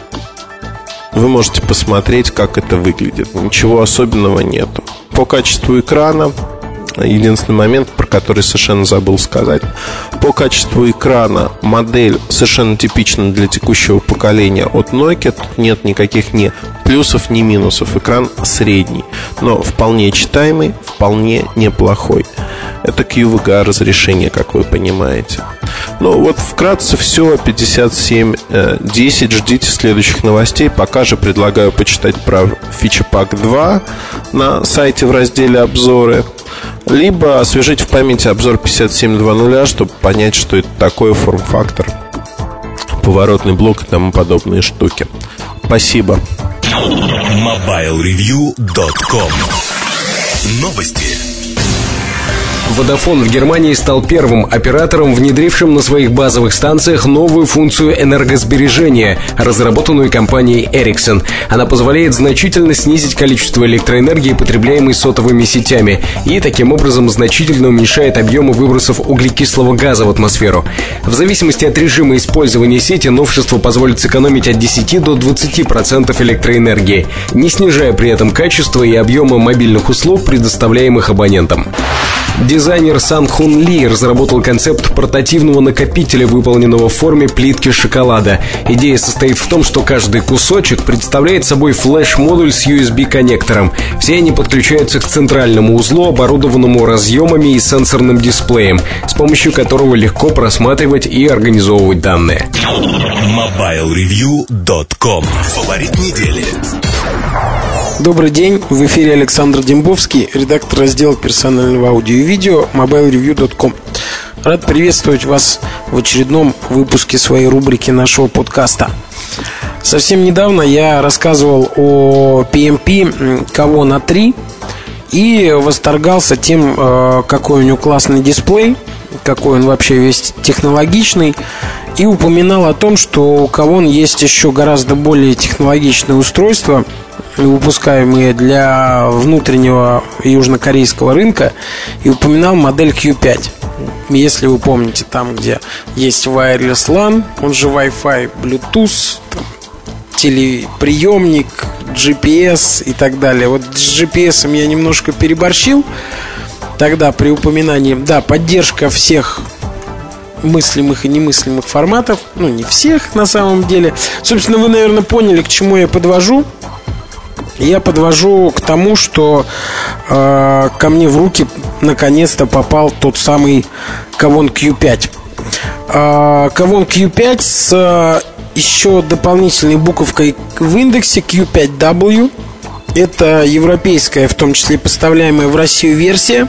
Вы можете посмотреть, как это выглядит. Ничего особенного нету. По качеству экрана, единственный момент, про который совершенно забыл сказать. По качеству экрана модель совершенно типична для текущего поколения от Nokia. Тут нет никаких ни плюсов, ни минусов. Экран средний, но вполне читаемый, вполне неплохой. Это кью ви джи эй разрешение, как вы понимаете. Ну вот вкратце все о пятьдесят семь десять. Ждите следующих новостей. Пока же предлагаю почитать про фичи-пак два на сайте в разделе «Обзоры», либо освежить в памяти обзор пятьдесят семь двадцать, чтобы понять, что это такое, форм-фактор, поворотный блок и тому подобные штуки. Спасибо. мобайл ревью точка ком. Новости. Vodafone в Германии стал первым оператором, внедрившим на своих базовых станциях новую функцию энергосбережения, разработанную компанией Ericsson. Она позволяет значительно снизить количество электроэнергии, потребляемой сотовыми сетями, и таким образом значительно уменьшает объемы выбросов углекислого газа в атмосферу. В зависимости от режима использования сети новшество позволит сэкономить от десяти до двадцати процентов электроэнергии, не снижая при этом качество и объемы мобильных услуг, предоставляемых абонентам. Дизайнер Сан Хун Ли разработал концепт портативного накопителя, выполненного в форме плитки шоколада. Идея состоит в том, что каждый кусочек представляет собой флеш-модуль с ю эс би-коннектором. Все они подключаются к центральному узлу, оборудованному разъемами и сенсорным дисплеем, с помощью которого легко просматривать и организовывать данные. мобайл ревью точка ком. Фаворит недели. Добрый день, в эфире Александр Дембовский, редактор раздела персонального аудио и видео мобайл ревью точка ком. Рад приветствовать вас в очередном выпуске своей рубрики нашего подкаста. Совсем недавно я рассказывал о пи эм пи Kavon эй три и восторгался тем, какой у него классный дисплей, какой он вообще весь технологичный, и упоминал о том, что у Kavon есть еще гораздо более технологичные устройства, выпускаемые для внутреннего южнокорейского рынка, и упоминал модель кью пять. Если вы помните, там, где есть Wireless лан, он же Wi-Fi, Bluetooth, там, телеприемник, джи пи эс и так далее. Вот с джи пи эс я немножко переборщил тогда при упоминании. Да, поддержка всех мыслимых и немыслимых форматов. Ну, не всех на самом деле. Собственно, вы, наверное, поняли, к чему я подвожу. Я подвожу к тому, что э, ко мне в руки наконец-то попал тот самый Kavon кью пять. э, Kavon кью пять с э, еще дополнительной буковкой в индексе кью пять дабл ю. Это европейская, в том числе поставляемая в Россию версия.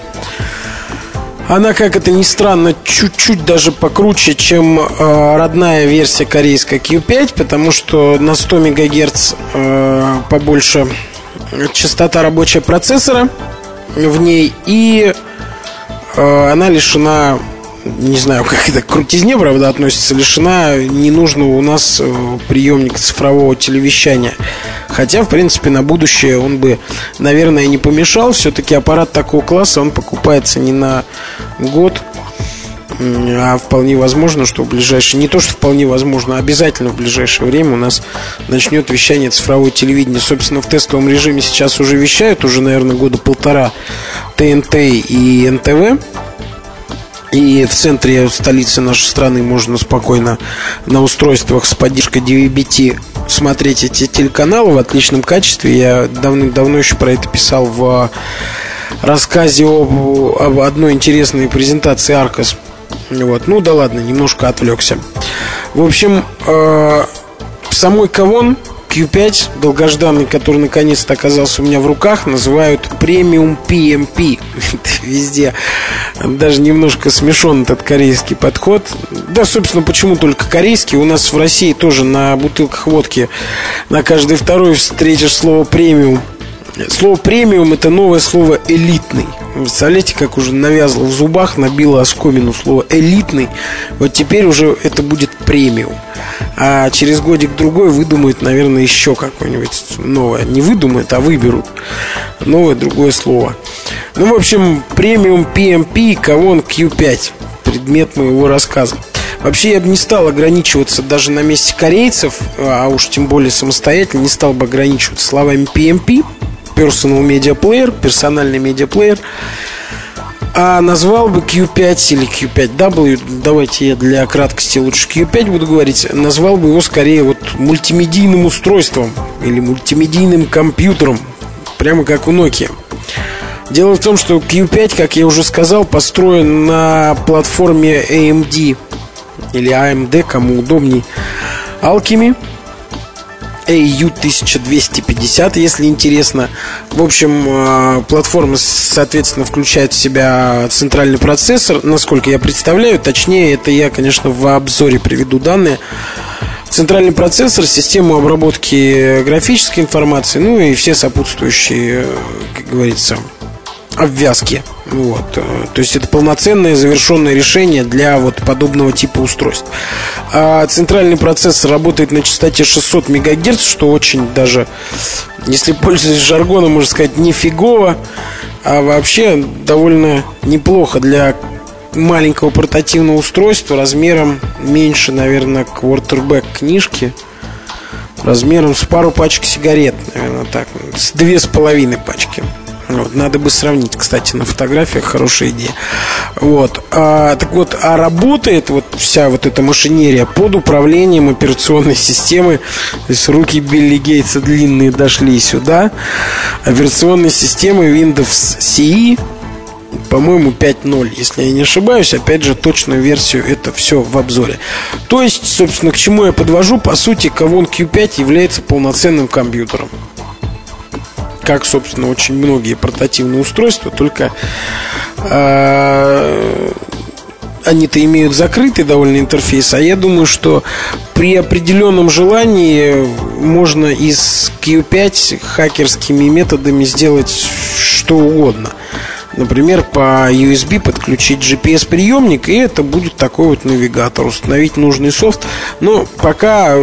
Она, как это ни странно, чуть-чуть даже покруче, чем э, родная версия корейская кью пять, потому что на сто мегагерц э, побольше частота рабочего процессора в ней, и э, она лишена, не знаю, как это к крутизне, правда, относится, лишена ненужного у нас э, приемника цифрового телевещания. Хотя, в принципе, на будущее он бы, наверное, не помешал. Все-таки аппарат такого класса, он покупается не на год, А вполне возможно, что в ближайшее, не то что вполне возможно, а обязательно в ближайшее время у нас начнет вещание цифровое телевидение. Собственно, в тестовом режиме сейчас уже вещают, уже, наверное, года полтора ТНТ и эн тэ вэ. И в центре столицы нашей страны можно спокойно на устройствах с поддержкой ди ви би ти смотреть эти телеканалы в отличном качестве. Я давным-давно еще про это писал в рассказе об, об одной интересной презентации Arcos. Вот. Ну да ладно, немножко отвлекся. В общем, э, самой Kavon кью пять, долгожданный, который наконец-то оказался у меня в руках, называют Premium пи эм пи. Везде даже немножко смешон этот корейский подход. Да, собственно, почему только корейский? У нас в России тоже на бутылках водки на каждый второй встретишь слово премиум. Слово премиум — это новое слово элитный. Представляете, как уже навязло в зубах, набило оскомину слово элитный. Вот теперь уже это будет премиум. А через годик-другой выдумают, наверное, еще какое-нибудь новое. Не выдумают, а выберут новое другое слово. Ну, в общем, премиум пи эм пи Kavon кью пять. Предмет моего рассказа. Вообще я бы не стал ограничиваться даже на месте корейцев, а уж тем более самостоятельно не стал бы ограничиваться словами пи эм пи, Personal Media Player, персональный медиаплеер, а назвал бы кью пять или кью пять дабл ю. Давайте я для краткости лучше кью пять буду говорить. Назвал бы его скорее вот мультимедийным устройством или мультимедийным компьютером, прямо как у Nokia. Дело в том, что кью пять, как я уже сказал, построен на платформе эй эм ди или эй эм ди, кому удобней, Alchemy эй ю тысяча двести пятьдесят, если интересно. В общем, платформа, соответственно, включает в себя центральный процессор, насколько я представляю. Точнее, это я, конечно, в обзоре приведу данные. Центральный процессор, систему обработки графической информации, ну и все сопутствующие, как говорится, обвязки. Вот. То есть это полноценное завершенное решение для вот подобного типа устройств. А центральный процессор работает на частоте шестьсот мегагерц, что очень даже, если пользуясь жаргоном, можно сказать, нифигово, а вообще довольно неплохо для маленького портативного устройства размером меньше, наверное, квартербэк книжки, размером с пару пачек сигарет, наверное, так, с две с половиной пачки. Вот, надо бы сравнить, кстати, на фотографиях, хорошая идея. Вот, а, так вот, а работает вот вся вот эта машинерия под управлением операционной системы. То есть руки Билли Гейтса длинные дошли сюда. Операционной системы Windows си и, по-моему, пять ноль, если я не ошибаюсь. Опять же, точную версию, это все в обзоре. То есть, собственно, к чему я подвожу? По сути, Kavon кью пять является полноценным компьютером, как, собственно, очень многие портативные устройства, только э, они-то имеют закрытый довольно интерфейс. А я думаю, что при определенном желании можно из кью пять хакерскими методами сделать что угодно. Например, по ю эс би подключить джи пи эс-приемник, и это будет такой вот навигатор. Установить нужный софт. Но пока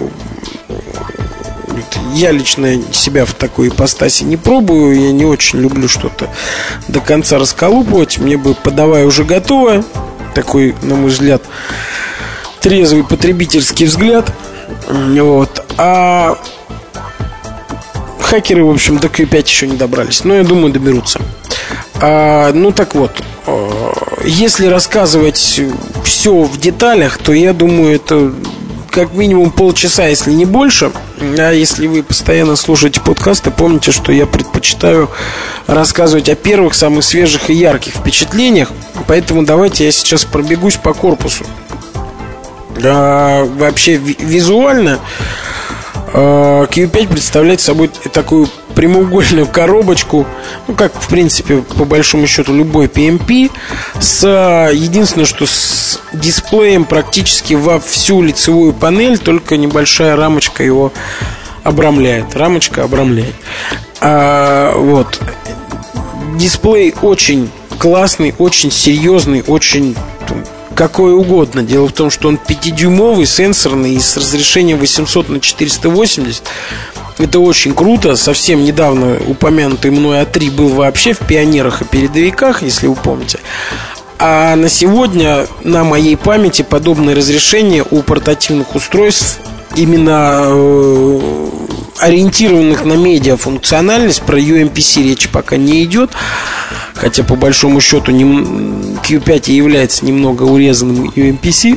я лично себя в такой ипостаси не пробую. Я не очень люблю что-то до конца расколупывать. Мне бы подавай уже готово. Такой, на мой взгляд, трезвый потребительский взгляд. Вот. А хакеры, в общем, до кью пять еще не добрались. Но я думаю, доберутся. а, Ну так вот, если рассказывать все в деталях, то я думаю, это как минимум полчаса, если не больше. А если вы постоянно слушаете подкасты, помните, что я предпочитаю рассказывать о первых, самых свежих и ярких впечатлениях. Поэтому давайте я сейчас пробегусь по корпусу. а, Вообще визуально кью пять представляет собой такую прямоугольную коробочку, ну, как, в принципе, по большому счету, любой пи эм пи, с единственное, что с дисплеем практически во всю лицевую панель, только небольшая рамочка его обрамляет. Рамочка обрамляет. А, вот. Дисплей очень классный, очень серьезный, очень какой угодно. Дело в том, что он пятидюймовый, сенсорный и с разрешением восемьсот на четыреста восемьдесят. Это очень круто. Совсем недавно упомянутый мной а три был вообще в пионерах и передовиках, если вы помните. А на сегодня на моей памяти подобное разрешение у портативных устройств, именно э, ориентированных на медиафункциональность, про ю эм пи си речи пока не идет. Хотя по большому счету кью пять и является немного урезанным ю эм пи си.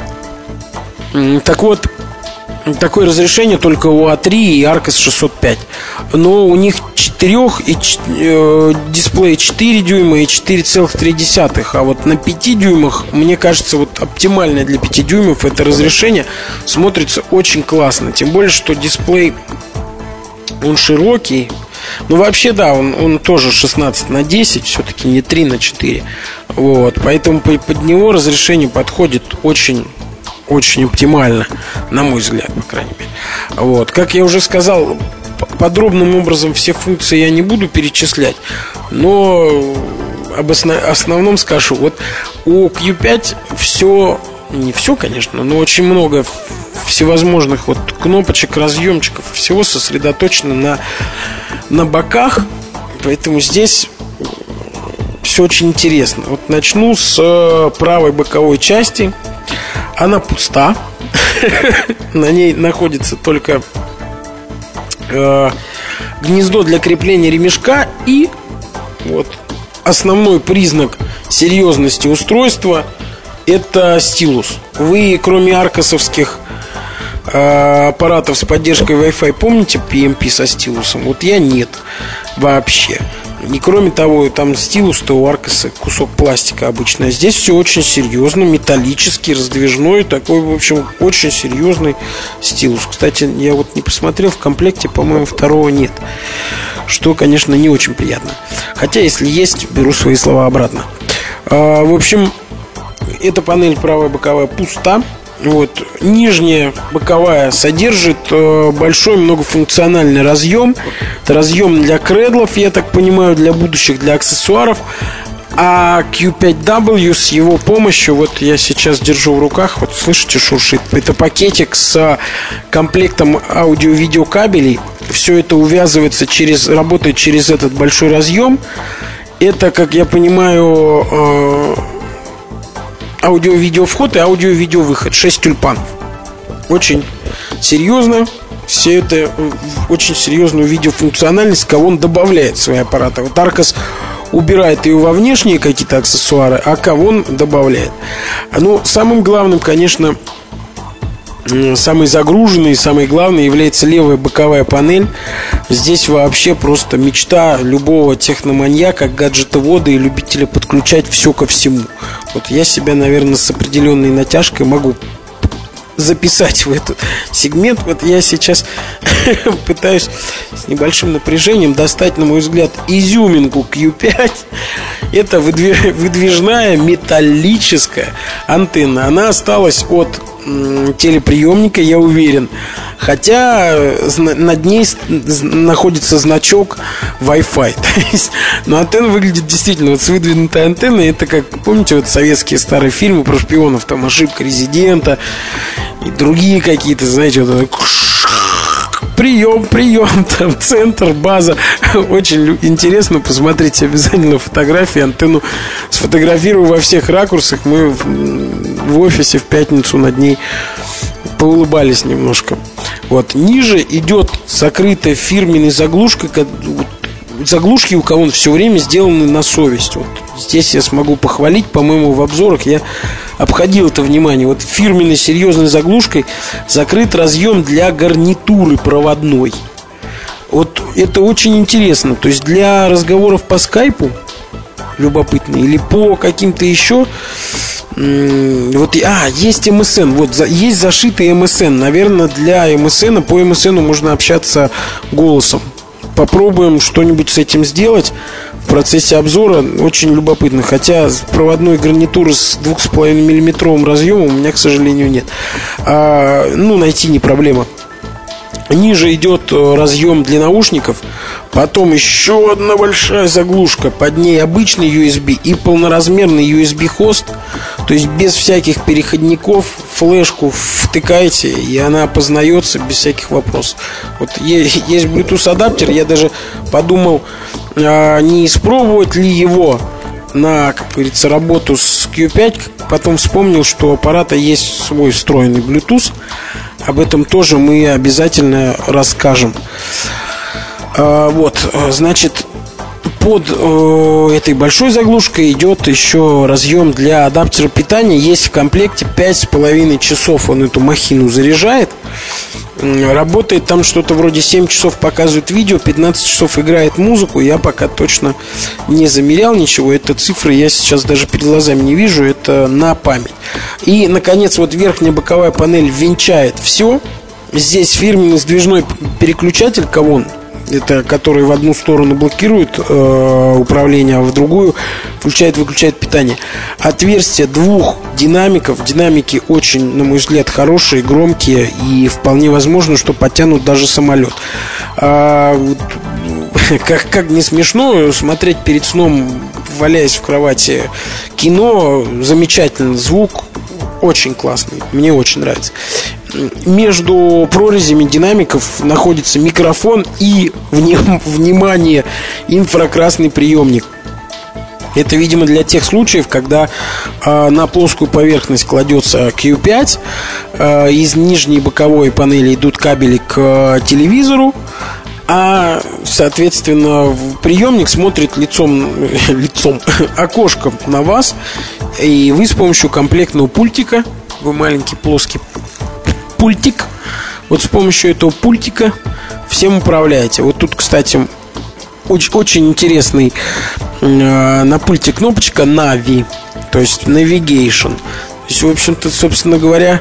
Так вот, такое разрешение только у а три и Arcos шестьсот пять. Но у них четырех и э, дисплей четыре дюйма и четыре целых три десятых. А вот на пяти дюймах, мне кажется, вот оптимальное для пяти дюймов это разрешение смотрится очень классно. Тем более, что дисплей, он широкий. Ну, вообще, да, он, он тоже шестнадцать на десять, все-таки не три на четыре. Вот, поэтому под него разрешение подходит очень... очень оптимально, на мой взгляд, по крайней мере. Вот. Как я уже сказал, подробным образом все функции я не буду перечислять, но об основ... основном скажу. Вот у кью пять все, не все, конечно, но очень много всевозможных вот кнопочек, разъемчиков, всего сосредоточено на, на боках, поэтому здесь все очень интересно. Вот начну с правой боковой части. Она пуста. На ней находится только э, гнездо для крепления ремешка. И вот основной признак серьезности устройства — это стилус. Вы, кроме аркосовских э, аппаратов с поддержкой Wi-Fi, помните пи эм пи со стилусом? Вот я нет вообще. И кроме того, там стилус-то у Аркоса кусок пластика обычно. А здесь все очень серьезно, металлический, раздвижной. Такой, в общем, очень серьезный стилус. Кстати, я вот не посмотрел, в комплекте, по-моему, второго нет. Что, конечно, не очень приятно. Хотя, если есть, беру свои слова обратно. а, В общем, эта панель правая боковая пуста. Вот. Нижняя боковая содержит э, большой многофункциональный разъем. Это разъем для кредлов, я так понимаю, для будущих, для аксессуаров. А кью пять дабл ю с его помощью, вот я сейчас держу в руках, вот слышите, шуршит. Это пакетик с комплектом аудио-видеокабелей. Все это увязывается через, работает через этот большой разъем. Это, как я понимаю, э, аудио-видео вход и аудио-видео выход. шесть тюльпанов. Очень серьезно. Все это очень серьезную видеофункциональность, кого он добавляет в свои аппараты. Вот Arcos убирает ее во внешние какие-то аксессуары, а кого он добавляет. Ну, самым главным, конечно, самый загруженный и самый главный является левая боковая панель. Здесь вообще просто мечта любого техноманьяка, гаджетовода и любителя подключать все ко всему. Вот я себя, наверное, с определенной натяжкой могу записать в этот сегмент. Вот я сейчас пытаюсь с небольшим напряжением достать, на мой взгляд, изюминку кью пять. Это выдвижная металлическая антенна. Она осталась от телеприемника, я уверен. Хотя над ней находится значок Wi-Fi. Но антенна выглядит действительно вот с выдвинутой антенной. Это как, помните, вот советские старые фильмы про шпионов, там «Ошибка резидента» и другие какие-то, знаете, вот прием, прием, там центр, база. Очень интересно, посмотрите обязательно фотографии. Антенну сфотографирую во всех ракурсах. Мы в, в офисе в пятницу над ней поулыбались немножко. Вот. Ниже идет сокрытая фирменной заглушкой. Заглушки у кого все время сделаны на совесть. Вот здесь я смогу похвалить. По-моему, в обзорах я обходил это внимание. Вот фирменной серьезной заглушкой закрыт разъем для гарнитуры проводной. Вот это очень интересно. То есть для разговоров по скайпу любопытно, или по каким-то еще м- вот, а, есть эм эс эн. Вот за, есть зашитый эм эс эн. Наверное, для эм эс эн, по эм эс эн можно общаться голосом. Попробуем что-нибудь с этим сделать в процессе обзора. Очень любопытно. Хотя проводной гарнитуры с двух с половиной миллиметровым разъемом у меня, к сожалению, нет. а, Ну, найти не проблема. Ниже идет разъем для наушников. Потом еще одна большая заглушка. Под ней обычный ю эс би и полноразмерный ю эс би-хост. То есть без всяких переходников. Флешку втыкаете, и она опознается без всяких вопросов. Вот есть Bluetooth адаптер. Я даже подумал, не испробовать ли его на, как говорится, работу с кью пять, потом вспомнил, что у аппарата есть свой встроенный Bluetooth. Об этом тоже мы обязательно расскажем. а, Вот, значит, под э, этой большой заглушкой идет еще разъем для адаптера питания. Есть в комплекте пять с половиной часов он эту махину заряжает. Работает там что-то вроде семь часов показывает видео, пятнадцать часов играет музыку. Я пока точно не замерял ничего. Это цифры я сейчас даже перед глазами не вижу. Это на память. И, наконец, вот верхняя боковая панель венчает все. Здесь фирменный сдвижной переключатель Kavon, это который в одну сторону блокирует э, управление, а в другую включает-выключает питание. Отверстие двух динамиков. Динамики очень, на мой взгляд, хорошие, громкие. И вполне возможно, что потянут даже самолет. а, вот, как, как не смешно смотреть перед сном, валяясь в кровати, кино. Замечательный звук, очень классный, мне очень нравится. Между прорезями динамиков находится микрофон и, внимание, инфракрасный приемник. Это, видимо, для тех случаев, когда э, на плоскую поверхность кладется кью пять, э, из нижней боковой панели идут кабели к э, телевизору, а, соответственно, приемник смотрит лицом, лицом, окошком на вас, и вы с помощью комплектного пультика, вы маленький плоский пультик, вот с помощью этого пультика всем управляете. Вот тут, кстати, очень, очень интересный э, на пульте кнопочка Navi, то есть Navigation. То есть, в общем-то, собственно говоря,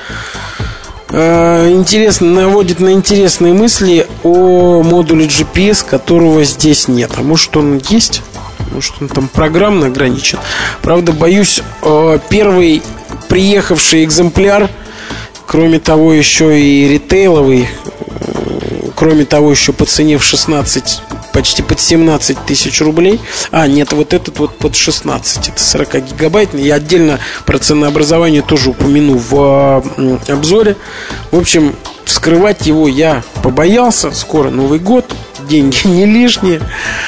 э, интересно, наводит на интересные мысли о модуле джи пи эс, которого здесь нет. А может, он есть? Может, он там программно ограничен? Правда, боюсь, э, первый приехавший экземпляр, кроме того, еще и ритейловый, кроме того, еще по цене в шестнадцать, почти под семнадцать тысяч рублей. А, нет, вот этот вот под шестнадцать, это сорок гигабайтный. Я отдельно про ценообразование тоже упомяну в э, обзоре. В общем, вскрывать его я побоялся. Скоро Новый год, деньги не лишние.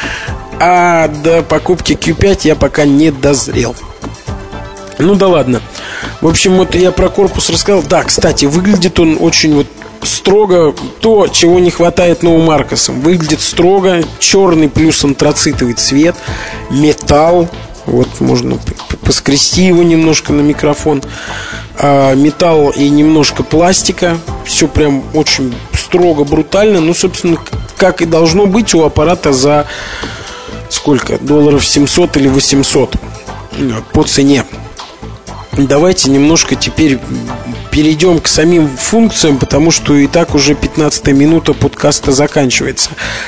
А до покупки кью пять я пока не дозрел. Ну да ладно. В общем, вот я про корпус рассказал. Да, кстати, выглядит он очень вот строго. То, чего не хватает новым Маркосом. Выглядит строго. Черный плюс антрацитовый цвет. Металл. Вот можно поскрести его немножко на микрофон. а, Металл и немножко пластика. Все прям очень строго, брутально. Ну, собственно, как и должно быть у аппарата за сколько? Долларов семьсот или восемьсот по цене. Давайте немножко теперь перейдем к самим функциям, потому что и так уже пятнадцатая минута подкаста заканчивается.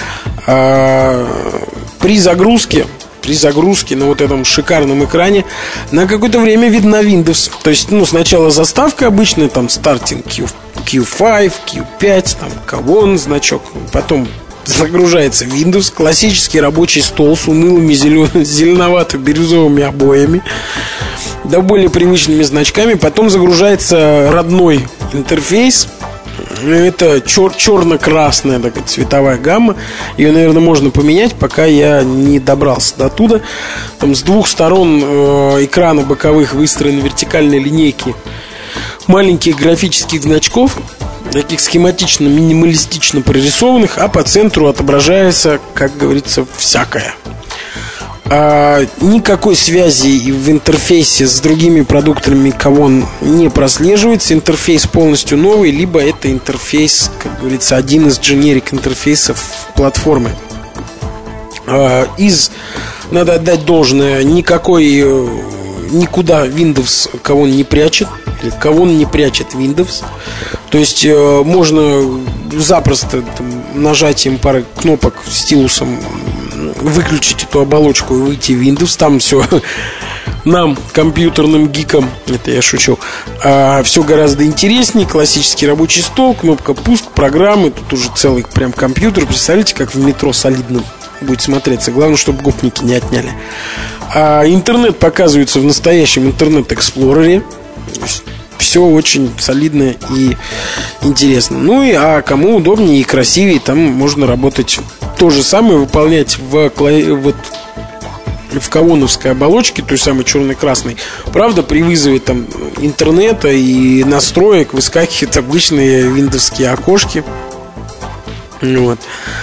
а, При загрузке При загрузке на вот этом шикарном экране на какое-то время видна Windows. То есть, ну, сначала заставка обычная, там, стартинг кью пять, кью пять, там, Kavon значок. Потом загружается Windows, классический рабочий стол с унылыми зеленовато-бирюзовыми обоями, да более привычными значками. Потом загружается родной интерфейс. Это чер- черно-красная такая цветовая гамма. Ее, наверное, можно поменять, пока я не добрался до туда. Там с двух сторон э, экрана боковых выстроены вертикальные линейки маленьких графических значков, таких схематично, минималистично прорисованных, а по центру отображается, как говорится, всякое. А, никакой связи в интерфейсе с другими продуктами Kavon не прослеживается. Интерфейс полностью новый, либо это интерфейс, как говорится, один из дженерик интерфейсов платформы. а, Из, надо отдать должное, никакой, никуда Windows Kavon не прячет. Kavon не прячет Windows. То есть э, можно запросто там, нажатием пары кнопок стилусом выключить эту оболочку и выйти в Windows. Там все нам, компьютерным гикам, это я шучу, а, все гораздо интереснее. Классический рабочий стол, кнопка пуск, программы. Тут уже целый прям компьютер. Представляете, как в метро солидно будет смотреться. Главное, чтобы гопники не отняли. а, Интернет показывается в настоящем интернет-эксплорере. Все очень солидно и интересно. Ну и а кому удобнее и красивее, там можно работать то же самое, выполнять в, вот, в кавоновской оболочке, той самой черно-красной. Правда, при вызове там интернета и настроек выскакивают обычные виндовские окошки. Вот.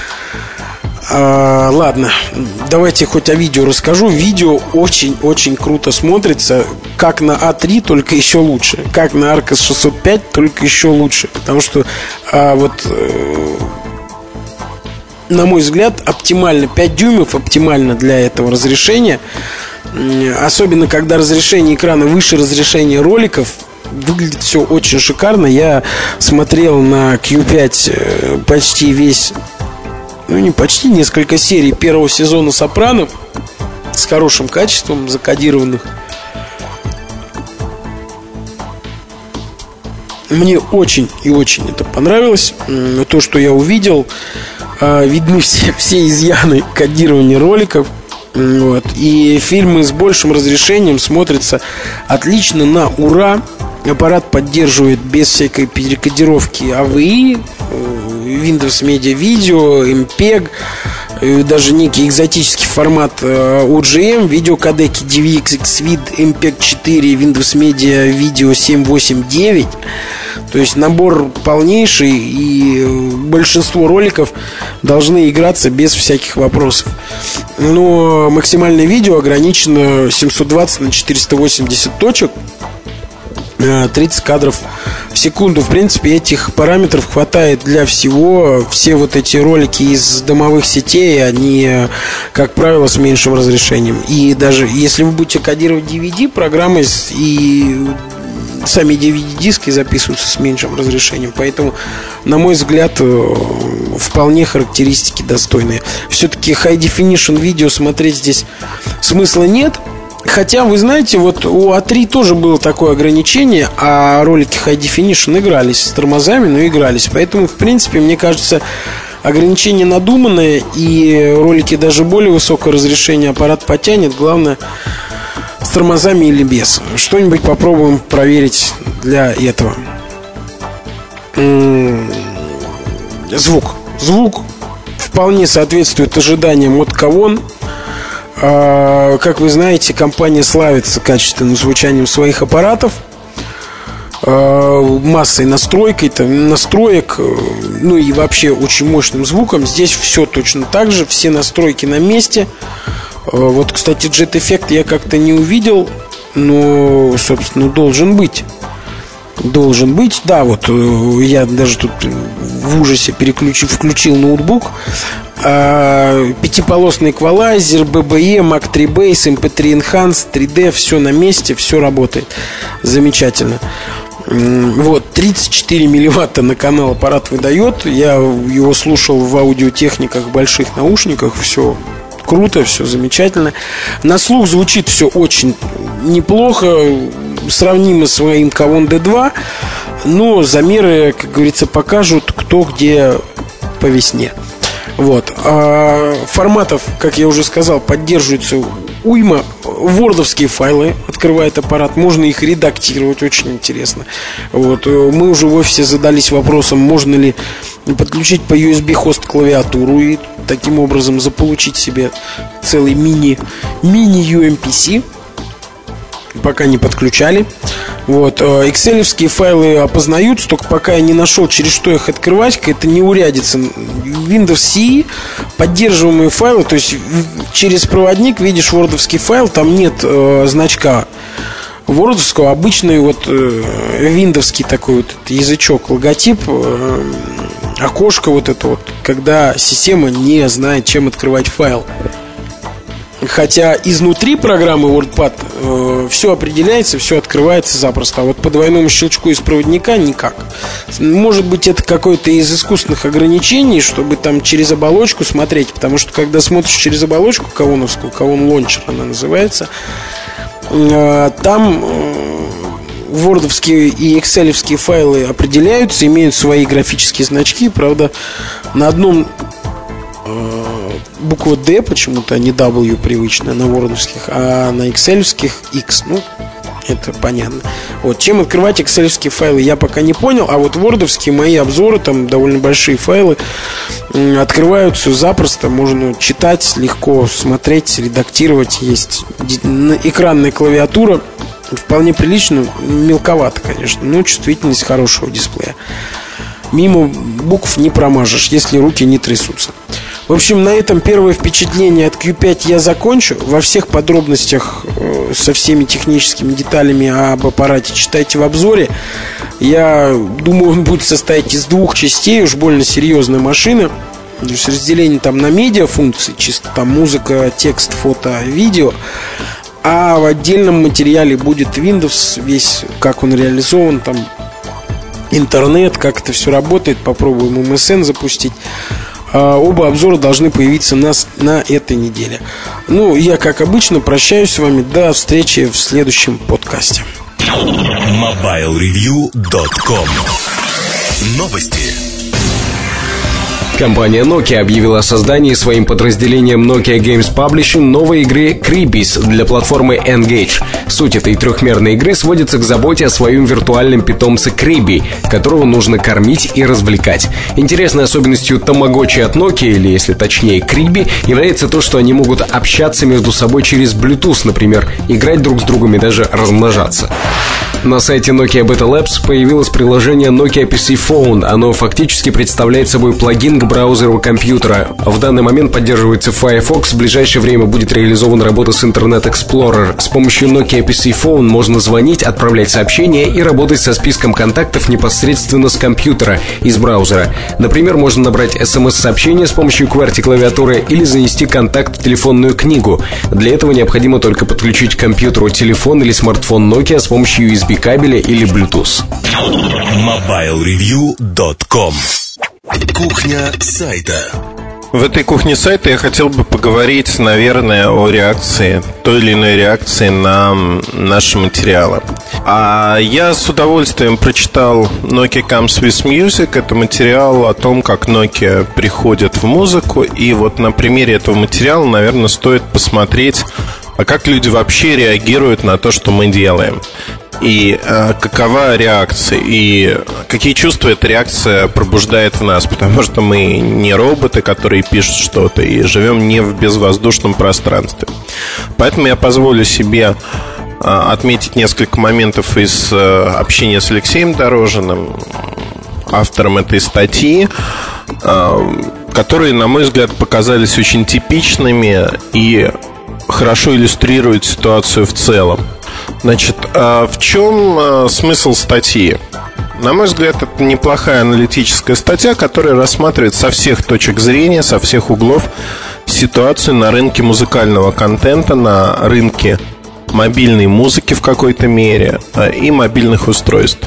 А, ладно, давайте хоть о видео расскажу. Видео очень-очень круто смотрится. Как на а три, только еще лучше. Как на Arcos шестьсот пять, только еще лучше. Потому что а, вот э, на мой взгляд, оптимально пять дюймов, оптимально для этого разрешения. Особенно когда разрешение экрана выше разрешения роликов. Выглядит все очень шикарно. Я смотрел на кью пять почти весь, ну не почти, несколько серий первого сезона «Сопрано» с хорошим качеством закодированных. Мне очень и очень это понравилось. То, что я увидел, видны все, все изъяны кодирования роликов. Вот. И фильмы с большим разрешением смотрятся отлично, на ура. Аппарат поддерживает без всякой перекодировки эй ви ай, Windows Media Video, эм пег, даже некий экзотический формат о джи эм, видеокодеки ди ви экс, Xvid, эм пег четыре, Windows Media Video семь восемь девять. То есть набор полнейший, и большинство роликов должны играться без всяких вопросов. Но максимальное видео ограничено семьсот двадцать на четыреста восемьдесят точек, тридцать кадров в секунду. В принципе, этих параметров хватает для всего. Все вот эти ролики из домовых сетей, они, как правило, с меньшим разрешением. И даже если вы будете кодировать ди ви ди, программы и сами ди ви ди-диски записываются с меньшим разрешением. Поэтому, на мой взгляд, вполне характеристики достойные. Все-таки High Definition видео смотреть здесь смысла нет. Хотя, вы знаете, вот у а три тоже было такое ограничение, а ролики High Definition игрались с тормозами, но игрались. Поэтому, в принципе, мне кажется, ограничение надуманное, и ролики даже более высокого разрешения аппарат потянет. Главное, с тормозами или без. Что-нибудь попробуем проверить для этого. Звук. Звук вполне соответствует ожиданиям от Kavon. Как вы знаете, компания славится качественным звучанием своих аппаратов, массой настройкой, там, настроек, ну и вообще очень мощным звуком. Здесь все точно так же, все настройки на месте. Вот, кстати, джет-эффект я как-то не увидел, но, собственно, должен быть. Должен быть, да, вот я даже тут в ужасе переключил, включил ноутбук. Пятиполосный эквалайзер, би би и, Mac три Base, эм пи три Enhanced, три дэ, все на месте, все работает замечательно. Вот, тридцать четыре милливатта на канал аппарат выдает. Я его слушал в аудиотехниках, больших наушниках. Все круто, все замечательно. На слух звучит все очень неплохо, сравнимо с своим Kavon ди два. Но замеры, как говорится, покажут, кто где по весне. Вот. А форматов, как я уже сказал, поддерживается уйма. Вордовские файлы открывает аппарат, можно их редактировать, очень интересно. Вот. Мы уже в офисе задались вопросом, можно ли подключить по ю эс би хост клавиатуру и таким образом заполучить себе целый мини, мини ю эм пи си. Пока не подключали. Вот. Excel-евские файлы опознаются, только пока я не нашел, через что их открывать, это не урядится. Windows си и поддерживаемые файлы, то есть через проводник видишь вордовский файл, там нет э, значка вордовского, обычный вот э, виндовский такой вот язычок, логотип, э, окошко вот это вот, когда система не знает, чем открывать файл. Хотя изнутри программы WordPad э, все определяется, все открывается запросто. А вот по двойному щелчку из проводника никак. Может быть, это какое-то из искусственных ограничений, чтобы там через оболочку смотреть. Потому что когда смотришь через оболочку кавоновскую, Kavon Launcher она называется, э, там э, вордовские и экселевские файлы определяются, имеют свои графические значки. Правда, на одном буква D почему-то, а не W привычная на вордовских, а на экселевских X. Ну, Это понятно. Вот, чем открывать экселевские файлы, я пока не понял. А вот вордовские мои обзоры, там довольно большие файлы, открываются запросто. Можно читать, легко смотреть, редактировать. Есть экранная клавиатура, вполне прилично, мелковато, конечно, но чувствительность хорошего дисплея. Мимо букв не промажешь, если руки не трясутся. В общем, на этом первое впечатление от кью пять я закончу. Во всех подробностях, со всеми техническими деталями об аппарате читайте в обзоре. Я думаю, он будет состоять из двух частей. Уж больно серьезная машина. То есть разделение там на медиафункции, чисто там музыка, текст, фото, видео. А в отдельном материале будет Windows, весь как он реализован, там интернет, как это все работает. Попробуем эм эс эн запустить. Оба обзора должны появиться на, на этой неделе. Ну, я, как обычно, прощаюсь с вами. До встречи в следующем подкасте. мобайл ревью точка ком. Новости. Компания Nokia объявила о создании своим подразделением Nokia Games Publishing новой игры Kribis для платформы N-Gage. Суть этой трехмерной игры сводится к заботе о своем виртуальном питомце Криби, которого нужно кормить и развлекать. Интересной особенностью тамагочи от Nokia, или если точнее Криби, является то, что они могут общаться между собой через Bluetooth, например, играть друг с другом и даже размножаться. На сайте Nokia Beta Labs появилось приложение Nokia пи си Phone. Оно фактически представляет собой плагин к браузеру компьютера. В данный момент поддерживается Firefox. В ближайшее время будет реализована работа с Internet Explorer. С помощью Nokia пи си Phone можно звонить, отправлять сообщения и работать со списком контактов непосредственно с компьютера из браузера. Например, можно набрать эс эм эс-сообщение с помощью QWERTY-клавиатуры или занести контакт в телефонную книгу. Для этого необходимо только подключить к компьютеру телефон или смартфон Nokia с помощью ю эс би кабеля или Bluetooth. мобайл ревью точка ком. Кухня сайта. В этой кухне сайта я хотел бы поговорить, наверное, о реакции, той или иной реакции на наши материалы. А я с удовольствием прочитал Nokia Comes with Music. Это материал о том, как Nokia приходит в музыку. И вот на примере этого материала, наверное, стоит посмотреть, а как люди вообще реагируют на то, что мы делаем. И э, какова реакция, и какие чувства эта реакция пробуждает в нас. Потому что мы не роботы, которые пишут что-то, и живем не в безвоздушном пространстве. Поэтому я позволю себе э, отметить несколько моментов из э, общения с Алексеем Дорожиным, автором этой статьи, э, которые, на мой взгляд, показались очень типичными и хорошо иллюстрируют ситуацию в целом. Значит, в чем смысл статьи? На мой взгляд, это неплохая аналитическая статья, которая рассматривает со всех точек зрения, со всех углов ситуацию на рынке музыкального контента, на рынке мобильной музыки в какой-то мере и мобильных устройств.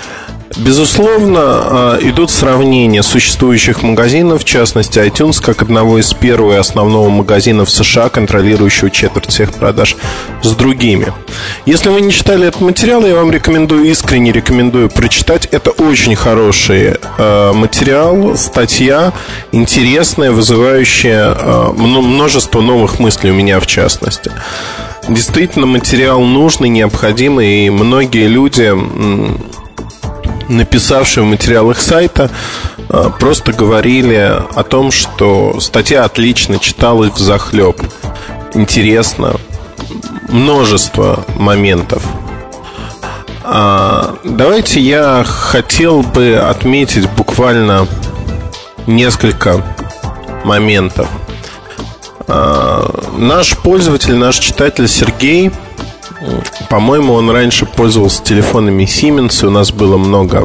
Безусловно, идут сравнения существующих магазинов, в частности iTunes, как одного из первого и основного магазина в США, контролирующего четверть всех продаж, с другими. Если вы не читали этот материал, я вам рекомендую, искренне рекомендую прочитать. Это очень хороший э, материал, статья, интересная, вызывающая э, множество новых мыслей у меня в частности. Действительно, материал нужный, необходимый, и многие люди, написавшие в материалах сайта, просто говорили о том, что статья отлично читалась взахлеб. Интересно. Множество моментов. Давайте я хотел бы отметить буквально несколько моментов. Наш пользователь, наш читатель Сергей, по-моему, он раньше пользовался телефонами Siemens, и у нас было много,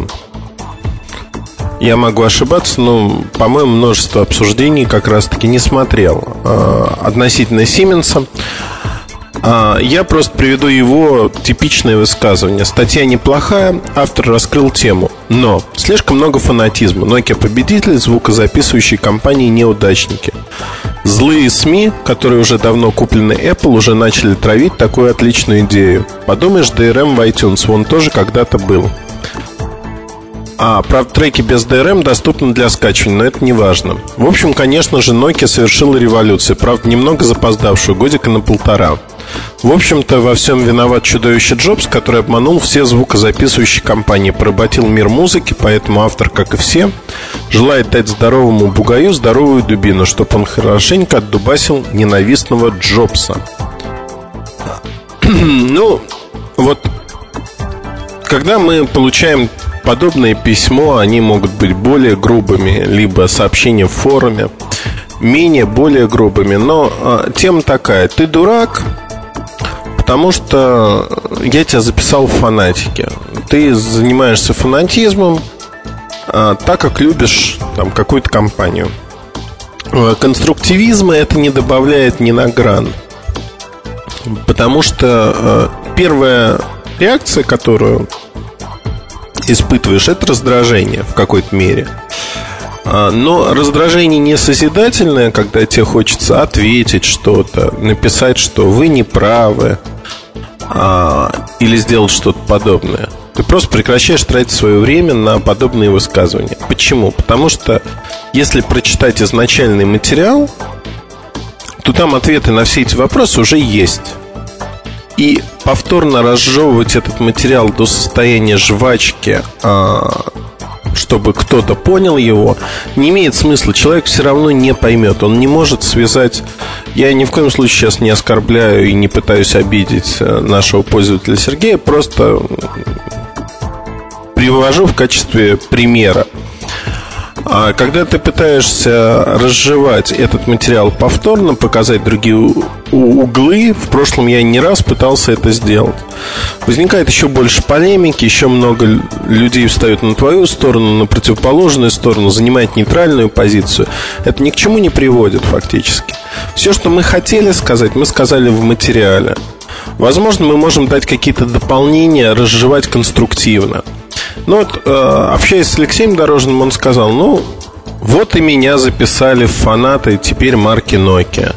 я могу ошибаться, но, по-моему, множество обсуждений как раз-таки не смотрел относительно Siemens. Я просто приведу его типичное высказывание. Статья неплохая, автор раскрыл тему, но слишком много фанатизма. Nokia победитель, звукозаписывающие компании неудачники. Злые СМИ, которые уже давно куплены Apple, уже начали травить такую отличную идею. Подумаешь, ди ар эм в iTunes, он тоже когда-то был. А, правда, треки без ди ар эм доступны для скачивания, но это не важно. В общем, конечно же, Nokia совершила революцию, правда, немного запоздавшую, годика на полтора. В общем-то, во всем виноват чудовище Джобс, который обманул все звукозаписывающие компании, поработил мир музыки, поэтому автор, как и все, желает дать здоровому бугаю здоровую дубину, чтобы он хорошенько отдубасил ненавистного Джобса. Ну, вот, когда мы получаем подобное письмо, они могут быть более грубыми, либо сообщения в форуме менее, более грубыми. Но а, тема такая: ты дурак, потому что я тебя записал в фанатике. Ты занимаешься фанатизмом, а, так как любишь там какую-то компанию. Конструктивизма это не добавляет ни на гран. Потому что а, первая реакция, которую испытываешь, это раздражение в какой-то мере. Но раздражение не созидательное, когда тебе хочется ответить что-то, написать, что вы не правы, или сделать что-то подобное. Ты просто прекращаешь тратить свое время на подобные высказывания. Почему? Потому что если прочитать изначальный материал, то там ответы на все эти вопросы уже есть. И повторно разжевывать этот материал до состояния жвачки, чтобы кто-то понял его, не имеет смысла. Человек все равно не поймет. Он не может связать. Я ни в коем случае сейчас не оскорбляю и не пытаюсь обидеть нашего пользователя Сергея. Просто привожу в качестве примера. А когда ты пытаешься разжевать этот материал повторно, показать другие углы, в прошлом я не раз пытался это сделать, возникает еще больше полемики, еще много людей встают на твою сторону, на противоположную сторону, занимает нейтральную позицию. Это ни к чему не приводит фактически. Все, что мы хотели сказать, мы сказали в материале. Возможно, мы можем дать какие-то дополнения, разжевать конструктивно. Ну вот, э, общаясь с Алексеем Дорожным, он сказал: ну, вот и меня записали в фанаты теперь марки Nokia.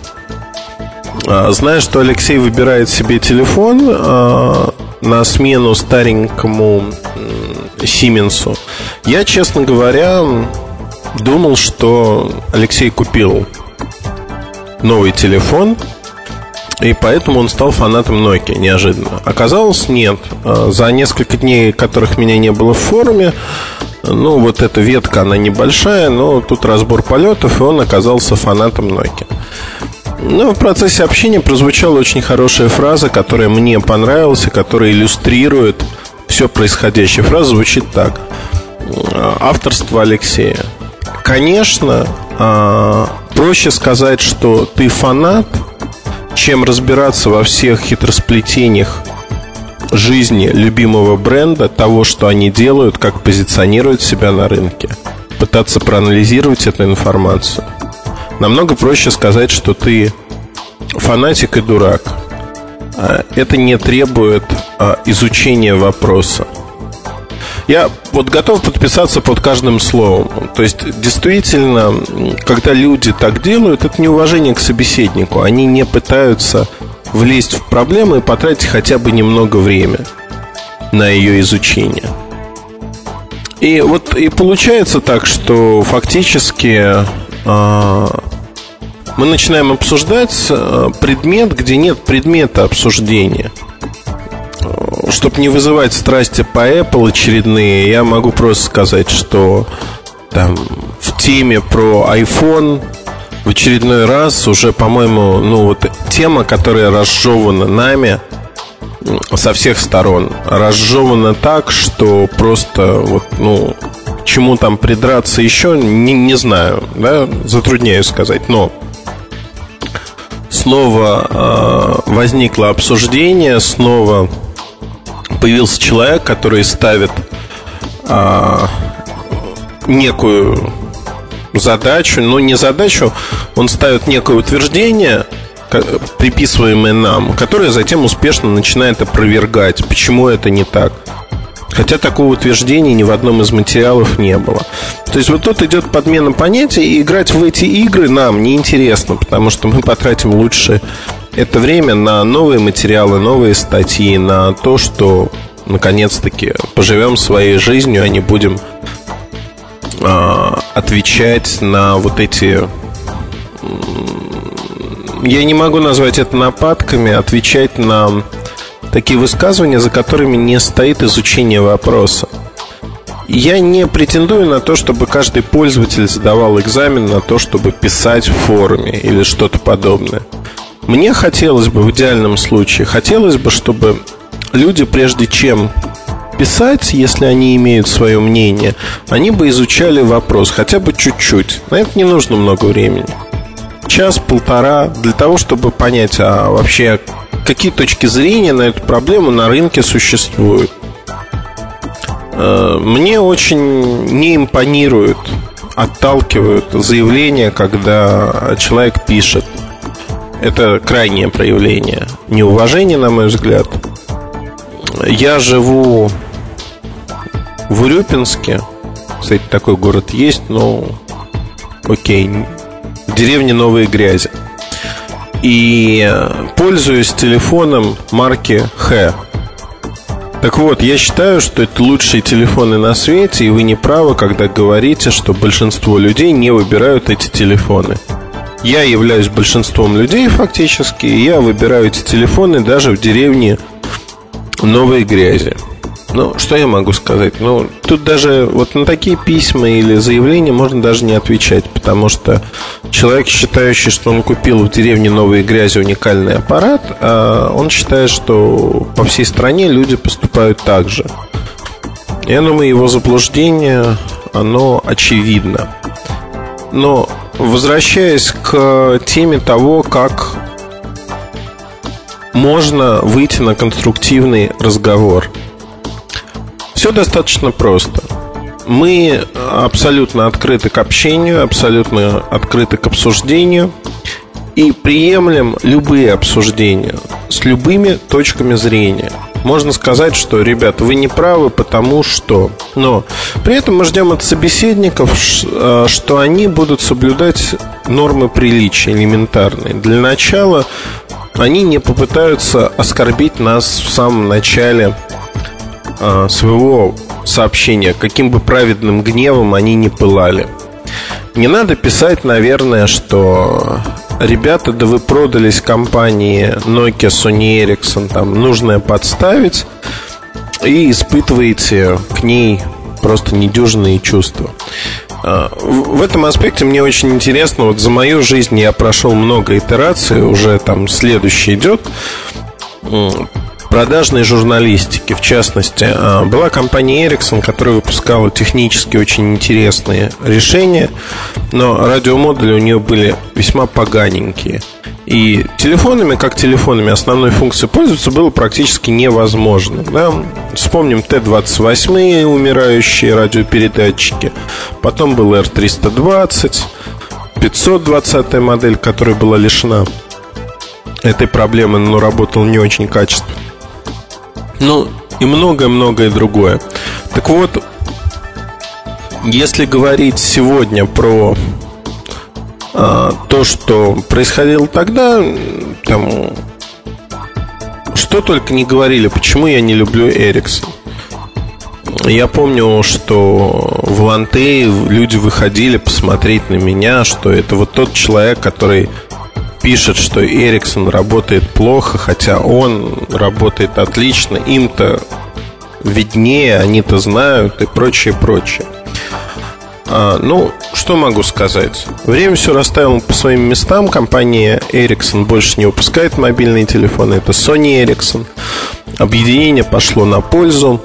э, Зная, что Алексей выбирает себе телефон э, на смену старенькому э, Сименсу, я, честно говоря, думал, что Алексей купил новый телефон, и поэтому он стал фанатом Nokia неожиданно. Оказалось, нет. За несколько дней, которых меня не было в форуме, ну, вот эта ветка, она небольшая, но тут разбор полетов, и он оказался фанатом Nokia. Но в процессе общения прозвучала очень хорошая фраза, которая мне понравилась, и которая иллюстрирует все происходящее. Фраза звучит так: авторство Алексея. Конечно, проще сказать, что ты фанат, чем разбираться во всех хитросплетениях жизни любимого бренда, того, что они делают, как позиционируют себя на рынке, пытаться проанализировать эту информацию. Намного проще сказать, что ты фанатик и дурак. Это не требует изучения вопроса. Я вот готов подписаться под каждым словом. То есть, действительно, когда люди так делают, это неуважение к собеседнику. Они не пытаются влезть в проблему и потратить хотя бы немного времени на ее изучение. И вот и получается так, что фактически э, мы начинаем обсуждать предмет, где нет предмета обсуждения. Чтобы не вызывать страсти по Apple очередные, я могу просто сказать, что там в теме про iPhone в очередной раз уже, по-моему, ну вот тема, которая разжевана нами со всех сторон, разжевана так, что просто вот, ну, к чему там придраться еще, не, не знаю, да, затрудняюсь сказать, но снова э, возникло обсуждение, снова появился человек, который ставит а, некую задачу, ну не задачу, он ставит некое утверждение, приписываемое нам, которое затем успешно начинает опровергать, почему это не так. Хотя такого утверждения ни в одном из материалов не было. То есть вот тут идет подмена понятий, и играть в эти игры нам неинтересно, потому что мы потратим лучше это время на новые материалы, новые статьи, на то, что наконец-таки поживем своей жизнью, а не будем э, отвечать на вот эти я не могу назвать это нападками, отвечать на такие высказывания, за которыми не стоит изучение вопроса. Я не претендую на то, чтобы каждый пользователь сдавал экзамен на то, чтобы писать в форуме или что-то подобное. Мне хотелось бы, в идеальном случае, хотелось бы, чтобы люди, прежде чем писать, если они имеют свое мнение, они бы изучали вопрос хотя бы чуть-чуть. На это не нужно много времени. Час-полтора для того, чтобы понять, а вообще какие точки зрения на эту проблему на рынке существуют. Мне очень не импонирует, отталкивают заявления, когда человек пишет. Это крайнее проявление неуважения, на мой взгляд. Я живу в Урюпинске. Кстати, такой город есть, но окей. В деревне Новые Грязи. И пользуюсь телефоном марки Х. Так вот, я считаю, что это лучшие телефоны на свете, и вы не правы, когда говорите, что большинство людей не выбирают эти телефоны. Я являюсь большинством людей фактически, и я выбираю эти телефоны даже в деревне Новые Грязи. Ну, что я могу сказать? Ну, тут даже вот на такие письма или заявления можно даже не отвечать, потому что человек, считающий, что он купил в деревне Новые Грязи уникальный аппарат, а он считает, что по всей стране люди поступают так же. Я думаю, его заблуждение, оно очевидно. Но возвращаясь к теме того, как можно выйти на конструктивный разговор, все достаточно просто. Мы абсолютно открыты к общению, абсолютно открыты к обсуждению и приемлем любые обсуждения с любыми точками зрения. Можно сказать, что, ребят, вы не правы, потому что... Но при этом мы ждем от собеседников, что они будут соблюдать нормы приличия элементарные. Для начала они не попытаются оскорбить нас в самом начале своего сообщения, каким бы праведным гневом они ни пылали. Не надо писать, наверное, что ребята, да вы продались компании Nokia, Sony Ericsson, там нужное подставить, и испытываете к ней просто недюжинные чувства. В этом аспекте мне очень интересно. Вот за мою жизнь я прошел много итераций, уже там следующий идет, продажной журналистики. В частности, была компания Ericsson, которая выпускала технически очень интересные решения, но радиомодули у нее были весьма поганенькие. И телефонами, как телефонами, основной функцией пользоваться было практически невозможно, да? Вспомним Т двадцать восемь, умирающие радиопередатчики. Потом был Р триста двадцать, пятьсот двадцатая модель, которая была лишена этой проблемы, но работала не очень качественно. Ну, и многое-многое другое. Так вот, если говорить сегодня про а, то, что происходило тогда, там, что только не говорили, почему я не люблю Ericsson. Я помню, что в Лантее люди выходили посмотреть на меня, что это вот тот человек, который пишет, что Ericsson работает плохо, хотя он работает отлично, им-то виднее, они-то знают и прочее, прочее. а, Ну, что могу сказать? Время все расставило по своим местам. Компания Ericsson больше не выпускает мобильные телефоны. Это Sony Ericsson. Объединение пошло на пользу.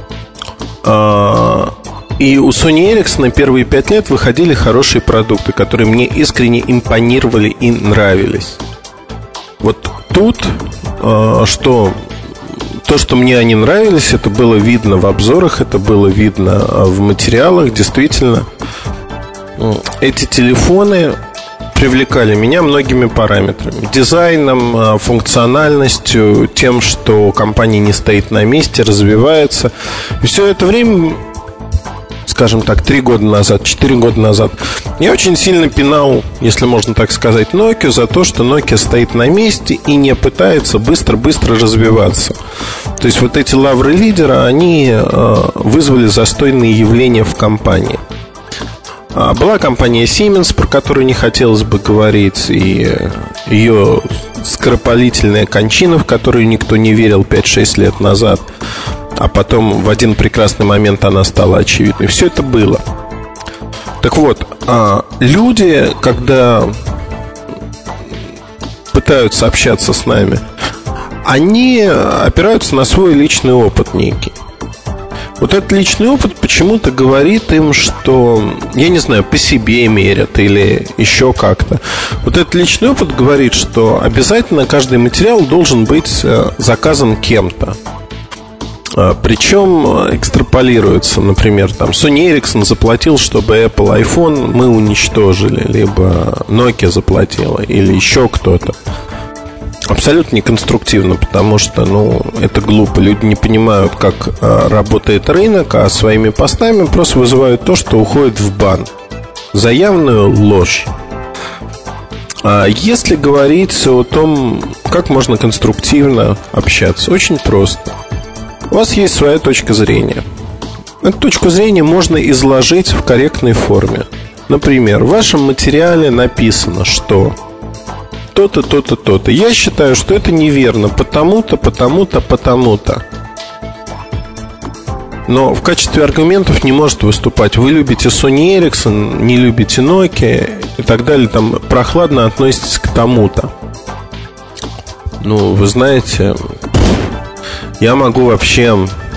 а, И у Sony Ericsson первые пять лет выходили хорошие продукты, которые мне искренне импонировали и нравились. Вот тут, что то, что мне они нравились, это было видно в обзорах, это было видно в материалах. Действительно, эти телефоны привлекали меня многими параметрами: дизайном, функциональностью, тем, что компания не стоит на месте, развивается. И все это время, скажем так, три года назад, четыре года назад, я очень сильно пинал, если можно так сказать, Nokia за то, что Nokia стоит на месте и не пытается быстро-быстро развиваться. То есть вот эти лавры лидера, они э, вызвали застойные явления в компании. Была компания Siemens, про которую не хотелось бы говорить, и ее скоропалительная кончина, в которую никто не верил пять-шесть лет назад, а потом в один прекрасный момент она стала очевидной. Все это было. Так вот, люди, когда пытаются общаться с нами, они опираются на свой личный опыт некий. Вот этот личный опыт почему-то говорит им, что, я не знаю, по себе мерят или еще как-то. Вот этот личный опыт говорит, что обязательно каждый материал должен быть заказан кем-то. Причем экстраполируется, например, там Sony Ericsson заплатил, чтобы Apple iPhone мы уничтожили, либо Nokia заплатила, или еще кто-то. Абсолютно неконструктивно, потому что, ну, это глупо. Люди не понимают, как а, работает рынок, а своими постами просто вызывают то, что уходит в бан за явную ложь. А если говорить о том, как можно конструктивно общаться, очень просто. У вас есть своя точка зрения. Эту точку зрения можно изложить в корректной форме. Например, в вашем материале написано, что то-то, то-то, то-то. Я считаю, что это неверно, потому-то, потому-то, потому-то. Но в качестве аргументов не может выступать: вы любите Sony Ericsson, не любите Nokia и так далее, там прохладно относитесь к тому-то. Ну, вы знаете, я могу вообще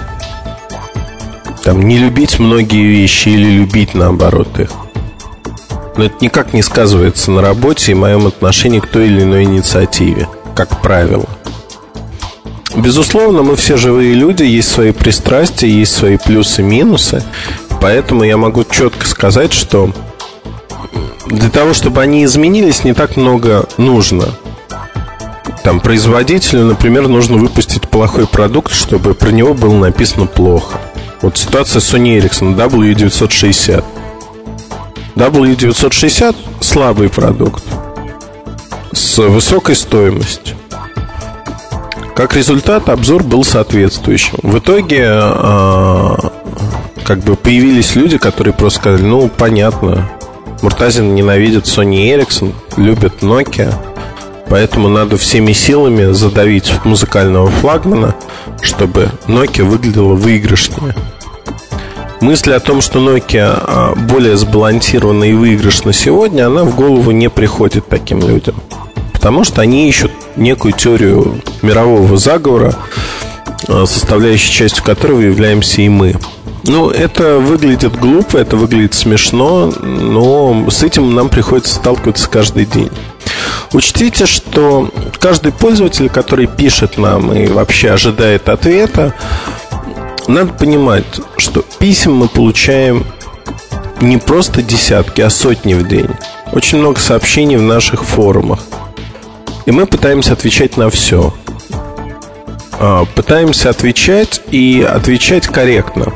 там не любить многие вещи или любить, наоборот, их. Но это никак не сказывается на работе и моем отношении к той или иной инициативе, как правило. Безусловно, мы все живые люди, есть свои пристрастия, есть свои плюсы и минусы. Поэтому я могу четко сказать, что для того, чтобы они изменились, не так много нужно. Там производителю, например, нужно выпустить плохой продукт, чтобы про него было написано плохо. Вот ситуация с Sony Ericsson дабл ю девятьсот шестьдесят. дабл ю девятьсот шестьдесят слабый продукт с высокой стоимостью. Как результат, обзор был соответствующим. В итоге э, как бы появились люди, которые просто сказали: ну, понятно, Муртазин ненавидит Sony Ericsson, любит Nokia, поэтому надо всеми силами задавить музыкального флагмана, чтобы Nokia выглядела выигрышнее. Мысль о том, что Nokia более сбалансирована и выигрышна сегодня, она в голову не приходит таким людям, потому что они ищут некую теорию мирового заговора, составляющей частью которого являемся и мы. Ну, это выглядит глупо, это выглядит смешно, но с этим нам приходится сталкиваться каждый день. Учтите, что каждый пользователь, который пишет нам и вообще ожидает ответа, надо понимать, что писем мы получаем не просто десятки, а сотни в день. Очень много сообщений в наших форумах. И мы пытаемся отвечать на все. Пытаемся отвечать и отвечать корректно.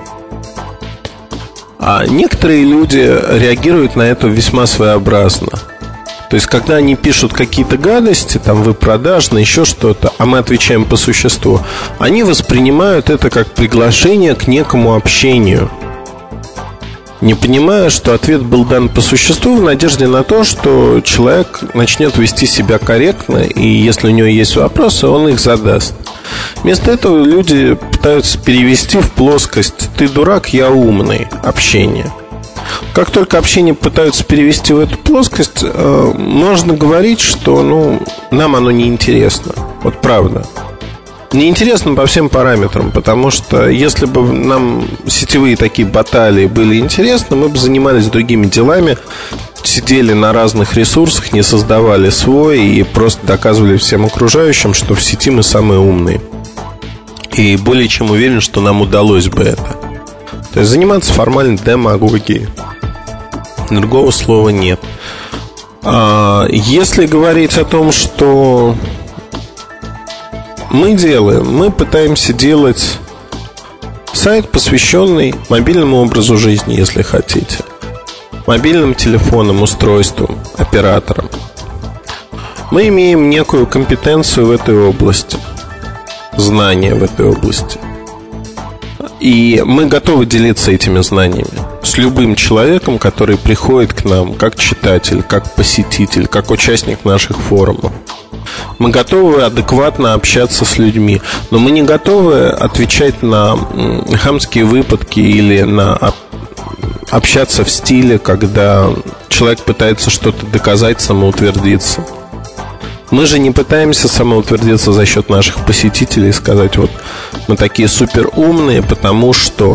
А некоторые люди реагируют на это весьма своеобразно. То есть, когда они пишут какие-то гадости, там, вы продажны, еще что-то, а мы отвечаем по существу, они воспринимают это как приглашение к некому общению, не понимая, что ответ был дан по существу, в надежде на то, что человек начнет вести себя корректно, и если у него есть вопросы, он их задаст. Вместо этого люди пытаются перевести в плоскость «ты дурак, я умный» общение. Как только общение пытаются перевести в эту плоскость, э, можно говорить, что ну, нам оно неинтересно. Вот правда. Неинтересно по всем параметрам, потому что если бы нам сетевые такие баталии были интересны, мы бы занимались другими делами, сидели на разных ресурсах, не создавали свой и просто доказывали всем окружающим, что в сети мы самые умные. И более чем уверен, что нам удалось бы это. То есть заниматься формальной демагогией. Другого слова нет. а Если говорить о том, что мы делаем, мы пытаемся делать сайт, посвященный мобильному образу жизни, если хотите, мобильным телефонам, устройствам, операторам. Мы имеем некую компетенцию в этой области, знания в этой области. И мы готовы делиться этими знаниями с любым человеком, который приходит к нам как читатель, как посетитель, как участник наших форумов. Мы готовы адекватно общаться с людьми, но мы не готовы отвечать на хамские выпадки или на общаться в стиле, когда человек пытается что-то доказать, самоутвердиться. Мы же не пытаемся самоутвердиться за счет наших посетителей и сказать: вот мы такие супер умные, потому что...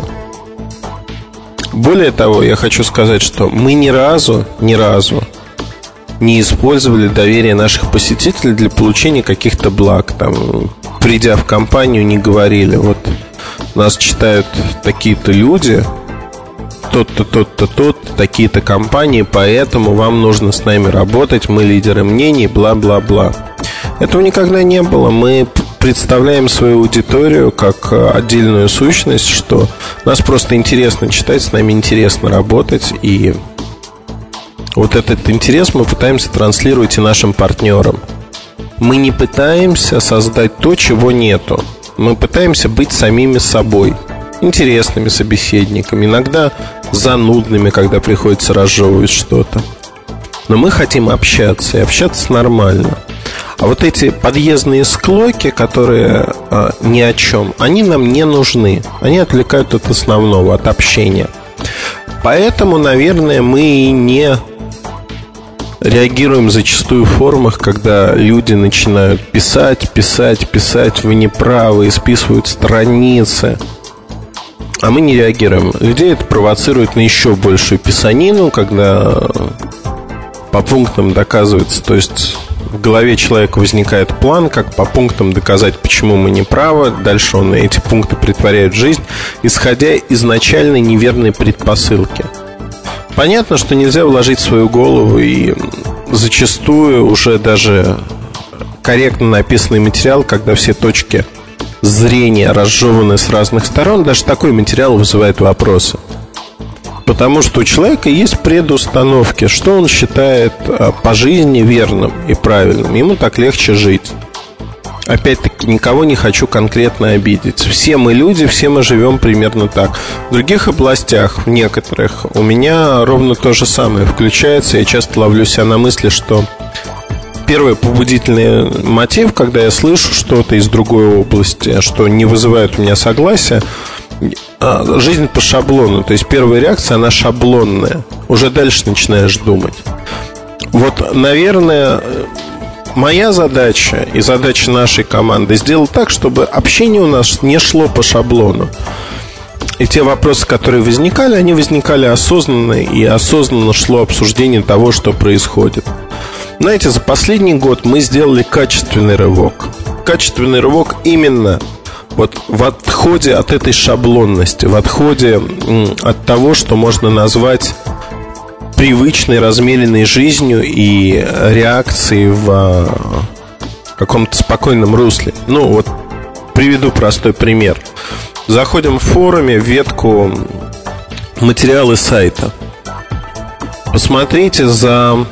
Более того, я хочу сказать, что мы ни разу, ни разу не использовали доверие наших посетителей для получения каких-то благ. Там, придя в компанию, не говорили: вот нас читают такие-то люди, тот-то, тот-то, тот, такие-то компании, поэтому вам нужно с нами работать, мы лидеры мнений, бла-бла-бла. Этого никогда не было. Мы представляем свою аудиторию как отдельную сущность, что нас просто интересно читать, с нами интересно работать. И вот этот интерес мы пытаемся транслировать и нашим партнерам. Мы не пытаемся создать то, чего нету. Мы пытаемся быть самими собой, интересными собеседниками, иногда занудными, когда приходится разжевывать что-то. Но мы хотим общаться, и общаться нормально. А вот эти подъездные склоки, которые а, ни о чем, они нам не нужны. Они отвлекают от основного, от общения. Поэтому, наверное, мы и не реагируем зачастую в форумах, когда люди начинают писать, писать, писать: вы не правы, и списывают страницы. А мы не реагируем. Людей это провоцирует на еще большую писанину, когда по пунктам доказывается. То есть в голове человека возникает план, как по пунктам доказать, почему мы не правы. Дальше он эти пункты претворяет в жизнь, исходя из изначальной неверной предпосылки. Понятно, что нельзя вложить в свою голову, и зачастую уже даже корректно написанный материал, когда все точки зрения разжеваны с разных сторон, даже такой материал вызывает вопросы. Потому что у человека есть предустановки, что он считает по жизни верным и правильным. Ему так легче жить. Опять-таки, никого не хочу конкретно обидеть. Все мы люди, все мы живем примерно так. В других областях, в некоторых, у меня ровно то же самое включается. Я часто ловлю себя на мысли, что первый побудительный мотив, когда я слышу что-то из другой области, что не вызывает у меня согласия, жизнь по шаблону. То есть первая реакция, она шаблонная. Уже дальше начинаешь думать. Вот, наверное, моя задача и задача нашей команды сделать так, чтобы общение у нас не шло по шаблону. И те вопросы, которые возникали, они возникали осознанно, и осознанно шло обсуждение того, что происходит. Знаете, за последний год мы сделали качественный рывок. Качественный рывок именно вот в отходе от этой шаблонности, в отходе от того, что можно назвать привычной, размеренной жизнью и реакцией в каком-то спокойном русле. Ну вот, приведу простой пример. Заходим в форуме, в ветку материалы сайта. Посмотрите за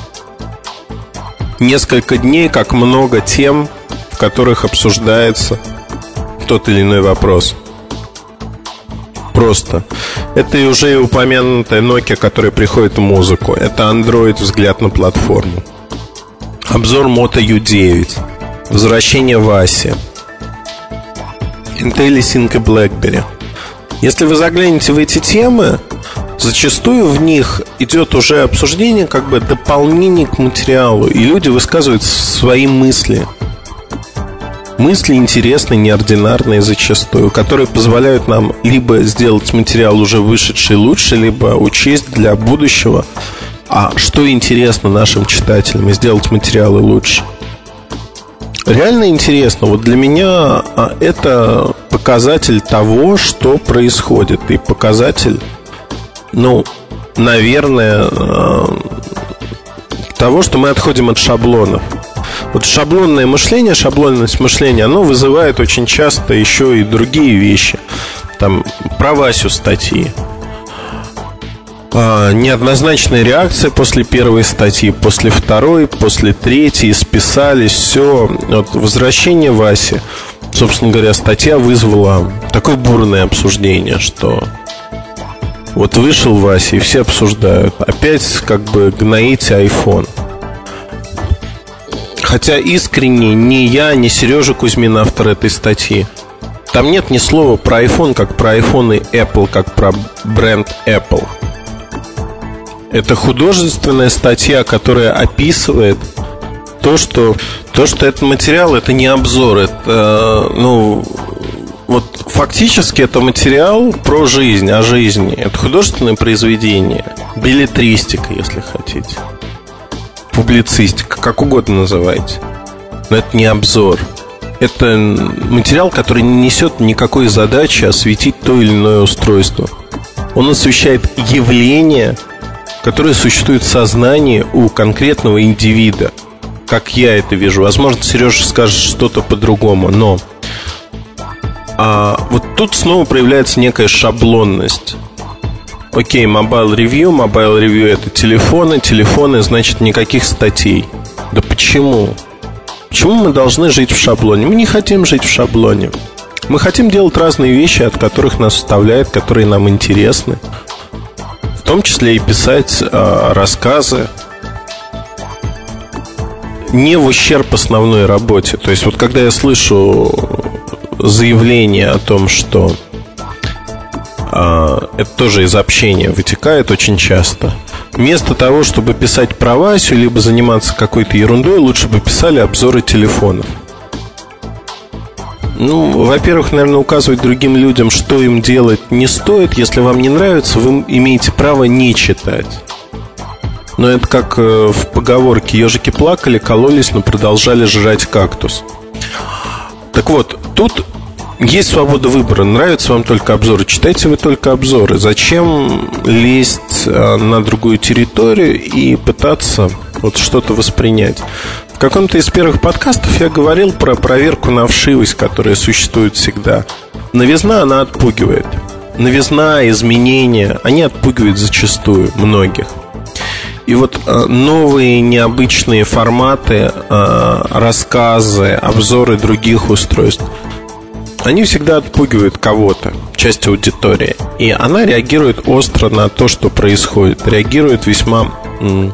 несколько дней, как много тем, в которых обсуждается тот или иной вопрос. Просто. Это и уже и упомянутая Nokia, которая приходит в музыку. Это Android, взгляд на платформу. Обзор Moto ю девять. Возвращение Васи. IntelliSync и BlackBerry. Если вы заглянете в эти темы, зачастую в них идет уже обсуждение, как бы дополнение к материалу, и люди высказывают свои мысли. Мысли интересные, неординарные зачастую, которые позволяют нам либо сделать материал уже вышедший лучше, либо учесть для будущего, а что интересно нашим читателям, и сделать материалы лучше. Реально интересно. Вот для меня это показатель того, что происходит, и показатель, ну, наверное, того, что мы отходим от шаблонов. Вот шаблонное мышление, шаблонность мышления, оно вызывает очень часто еще и другие вещи. Там про Васю статьи. а, Неоднозначная реакция после первой статьи, после второй, после третьей, списались, все. Вот возвращение Васи. собственно говоря, статья вызвала такое бурное обсуждение, что вот вышел Вася, и все обсуждают. Опять как бы гноите iPhone. Хотя искренне ни я, ни Сережа Кузьмин, автор этой статьи, там нет ни слова про iPhone, как про iPhone и Apple, как про бренд Apple. Это художественная статья, которая описывает то, что, то, что этот материал, это не обзор. Это, ну, вот фактически это материал про жизнь, о жизни. Это художественное произведение, беллетристика, если хотите, публицистика, как угодно называйте. Но это не обзор. Это материал, который не несет никакой задачи осветить то или иное устройство. Он освещает явление, которое существует в сознании у конкретного индивида. Как я это вижу. Возможно, Сережа скажет что-то по-другому. Но а, вот тут снова проявляется некая шаблонность. Окей, Mobile Review. Mobile Review — это телефоны. Телефоны, значит, никаких статей. Да почему? Почему мы должны жить в шаблоне? Мы не хотим жить в шаблоне. Мы хотим делать разные вещи, от которых нас вставляет, которые нам интересны. В том числе и писать э, рассказы не в ущерб основной работе. То есть вот когда я слышу заявление о том, что э, это тоже из общения вытекает очень часто, вместо того, чтобы писать про Васю, либо заниматься какой-то ерундой, лучше бы писали обзоры телефонов. Ну, во-первых, наверное, указывать другим людям, что им делать, не стоит. Если вам не нравится, вы имеете право не читать. Но это как в поговорке: ежики плакали, кололись, но продолжали жрать кактус. Так вот, тут есть свобода выбора. Нравятся вам только обзоры, читайте вы только обзоры. Зачем лезть на другую территорию и пытаться вот что-то воспринять? В каком-то из первых подкастов я говорил про проверку на вшивость, которая существует всегда. Новизна, она отпугивает. Новизна, изменения, они отпугивают зачастую многих. И вот новые необычные форматы, рассказы, обзоры других устройств, они всегда отпугивают кого-то, часть аудитории. И она реагирует остро на то, что происходит. Реагирует весьма м-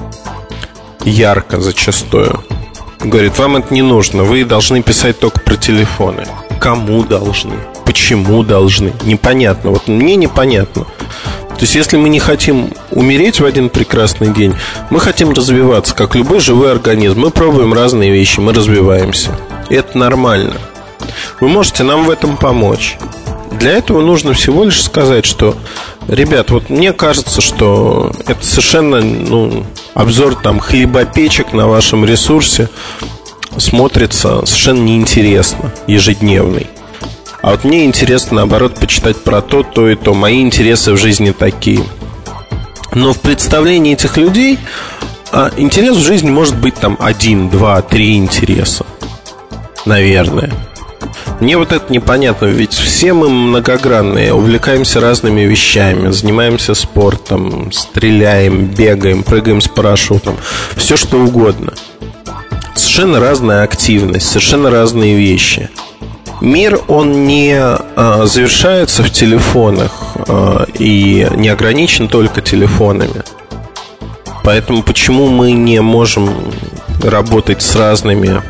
ярко зачастую. Говорит: вам это не нужно, вы должны писать только про телефоны. Кому должны? Почему должны? Непонятно. Вот мне непонятно. То есть если мы не хотим умереть в один прекрасный день, мы хотим развиваться, как любой живой организм. Мы пробуем разные вещи, мы развиваемся. И это нормально. Вы можете нам в этом помочь. Для этого нужно всего лишь сказать, что: ребят, вот мне кажется, что это совершенно, ну, обзор там хлебопечек на вашем ресурсе смотрится совершенно неинтересно, ежедневный. А вот мне интересно, наоборот, почитать про то, то и то. Мои интересы в жизни такие. Но в представлении этих людей интерес в жизни может быть там один, два, три интереса. Наверное. Мне вот это непонятно, ведь все мы многогранные, увлекаемся разными вещами, занимаемся спортом, стреляем, бегаем, прыгаем с парашютом, все что угодно. Совершенно разная активность, совершенно разные вещи. Мир, он не а, завершается в телефонах а, и не ограничен только телефонами. Поэтому почему мы не можем работать с разными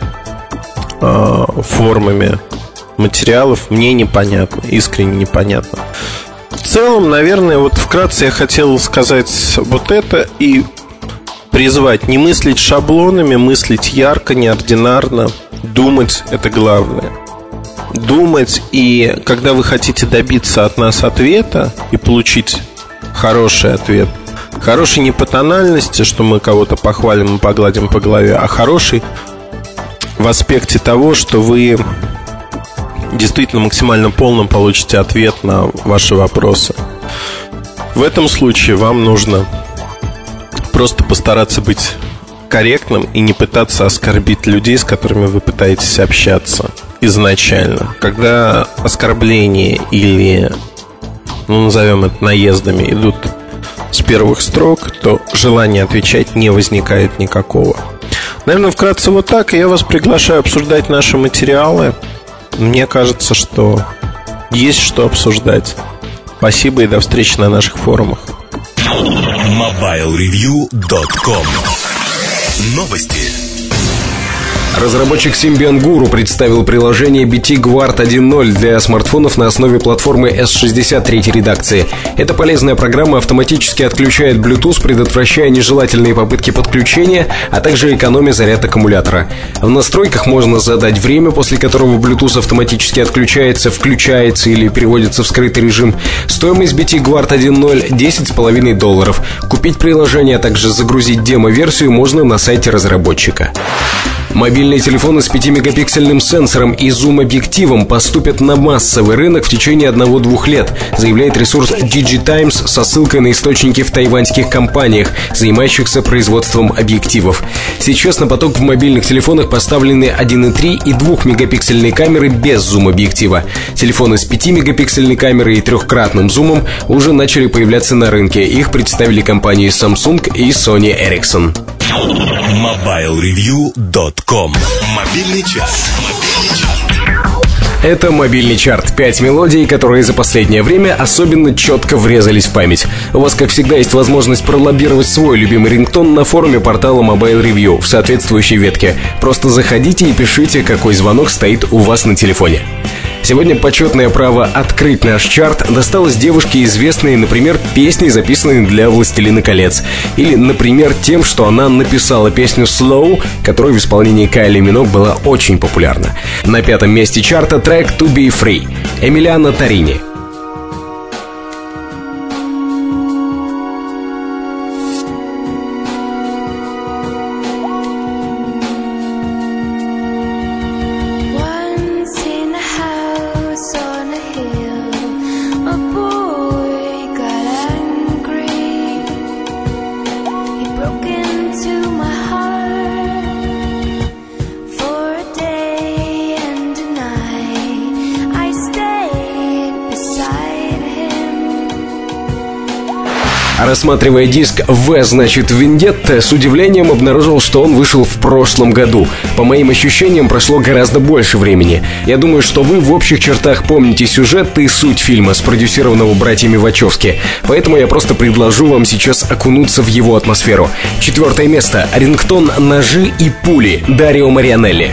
а, формами материалов, мне непонятно, искренне непонятно. В целом, наверное, вот вкратце я хотел сказать вот это и призвать не мыслить шаблонами, мыслить ярко, неординарно. Думать – это главное. Думать, и когда вы хотите добиться от нас ответа и получить хороший ответ, хороший не по тональности, что мы кого-то похвалим и погладим по голове, а хороший в аспекте того, что вы действительно максимально полным получите ответ на ваши вопросы. В этом случае вам нужно просто постараться быть корректным и не пытаться оскорбить людей, с которыми вы пытаетесь общаться изначально. Когда оскорбления или, ну, назовем это наездами, идут с первых строк, то желания отвечать не возникает никакого. Наверное, вкратце вот так. И я вас приглашаю обсуждать наши материалы. Мне кажется, что есть что обсуждать. Спасибо и до встречи на наших форумах. мобайл ревью точка ком. Новости. Разработчик Symbian Guru представил приложение би ти Guard один ноль для смартфонов на основе платформы эс шестьдесят третьей редакции. Эта полезная программа автоматически отключает Bluetooth, предотвращая нежелательные попытки подключения, а также экономя заряд аккумулятора. В настройках можно задать время, после которого Bluetooth автоматически отключается, включается или переводится в скрытый режим. Стоимость би ти Guard один ноль десять с половиной долларов. Купить приложение, а также загрузить демо-версию можно на сайте разработчика. Мобильные телефоны с пятимегапиксельным сенсором и зум-объективом поступят на массовый рынок в течение одного-двух лет, заявляет ресурс DigiTimes со ссылкой на источники в тайваньских компаниях, занимающихся производством объективов. Сейчас на поток в мобильных телефонах поставлены один и три и двухмегапиксельные камеры без зум-объектива. Телефоны с пятимегапиксельной камерой и трехкратным зумом уже начали появляться на рынке. Их представили компании Samsung и Sony Ericsson. мобайл ревью точка ком. Мобильный час. Это мобильный чарт. Пять мелодий, которые за последнее время особенно четко врезались в память. У вас, как всегда, есть возможность пролоббировать свой любимый рингтон на форуме портала Mobile Review в соответствующей ветке. Просто заходите и пишите, какой звонок стоит у вас на телефоне. Сегодня почетное право открыть наш чарт досталось девушке, известной, например, песней, записанной для «Властелина колец». Или, например, тем, что она написала песню «Slow», которая в исполнении Кайли Миног была очень популярна. На пятом месте чарта трек «To Be Free» Эмилиано Торини. Рассматривая диск «В, значит, Вендетта», с удивлением обнаружил, что он вышел в прошлом году. По моим ощущениям, прошло гораздо больше времени. Я думаю, что вы в общих чертах помните сюжет и суть фильма, спродюсированного братьями Вачовски. Поэтому я просто предложу вам сейчас окунуться в его атмосферу. Четвертое место. Рингтон «Ножи и пули» Дарио Марианелли.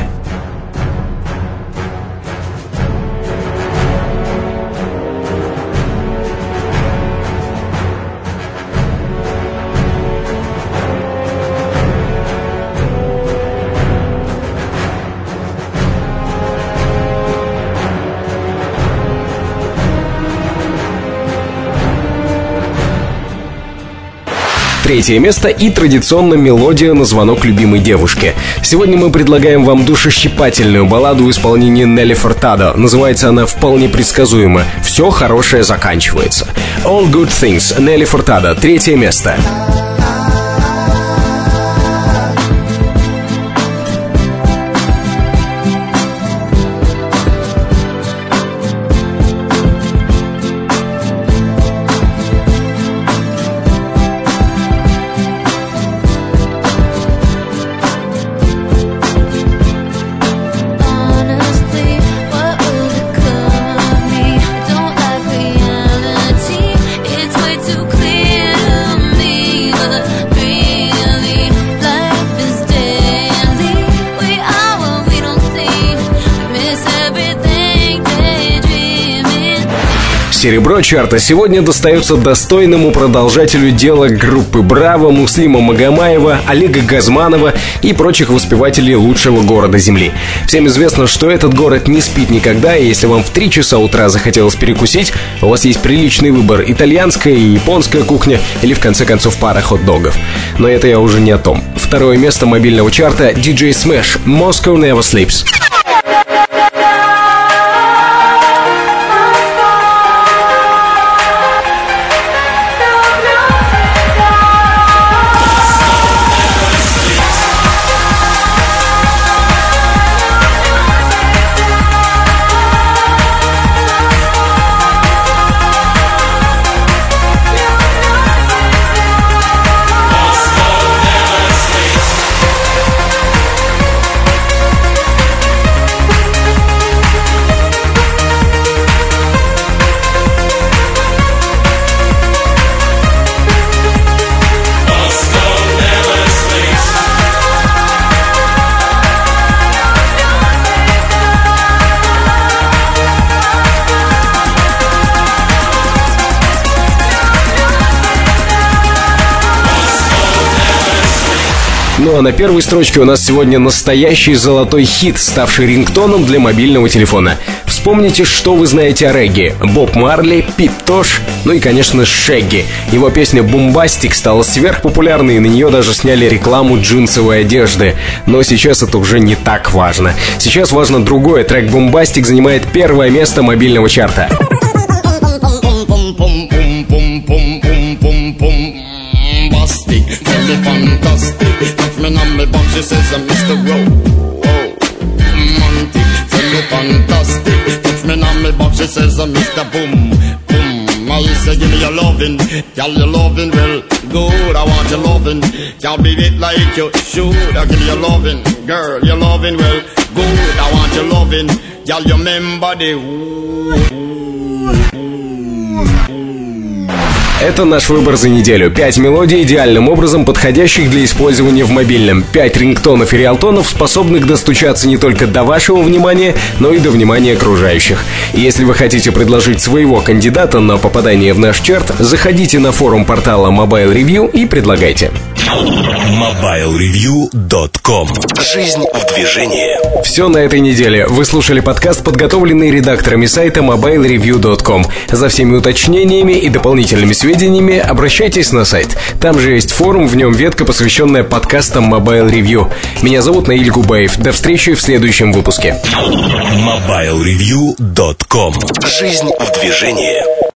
Третье место и традиционно мелодия на звонок любимой девушке. Сегодня мы предлагаем вам душещипательную балладу в исполнении Нелли Фуртадо. Называется она вполне предсказуемо «Все хорошее заканчивается». All Good Things, Нелли Фуртадо, третье место. Серебро чарта сегодня достается достойному продолжателю дела группы «Браво» Муслима Магомаева, Олега Газманова и прочих воспевателей лучшего города Земли. Всем известно, что этот город не спит никогда, и если вам в три часа утра захотелось перекусить, у вас есть приличный выбор: итальянская и японская кухня или, в конце концов, пара хот-догов. Но это я уже не о том. Второе место мобильного чарта — ди джей Smash «Moscow Never Sleeps». Ну а на первой строчке у нас сегодня настоящий золотой хит, ставший рингтоном для мобильного телефона. Вспомните, что вы знаете о регги. Боб Марли, Пит Тош, ну и, конечно, Шегги. Его песня «Бомбастик» стала сверхпопулярной, и на нее даже сняли рекламу джинсовой одежды. Но сейчас это уже не так важно. Сейчас важно другое. Трек «Бомбастик» занимает первое место мобильного чарта. I say give me your lovin', girl your lovin' well good. I want your lovin', can't beat it like you should. I give me your lovin', girl your lovin' well good. I want your lovin', girl you remember the ooh. Это наш выбор за неделю. Пять мелодий, идеальным образом подходящих для использования в мобильном. Пять рингтонов и риалтонов, способных достучаться не только до вашего внимания, но и до внимания окружающих. И если вы хотите предложить своего кандидата на попадание в наш чарт, заходите на форум портала Mobile Review и предлагайте. мобайл ревью точка ком. Жизнь в движении. Все на этой неделе. Вы слушали подкаст, подготовленный редакторами сайта мобайл ревью точка ком. За всеми уточнениями и дополнительными сведениями обращайтесь на сайт. Там же есть форум, в нем ветка, посвященная подкастам Mobile Review. Меня зовут Наиль Губаев. До встречи в следующем выпуске. мобайл ревью точка ком. Жизнь в движении.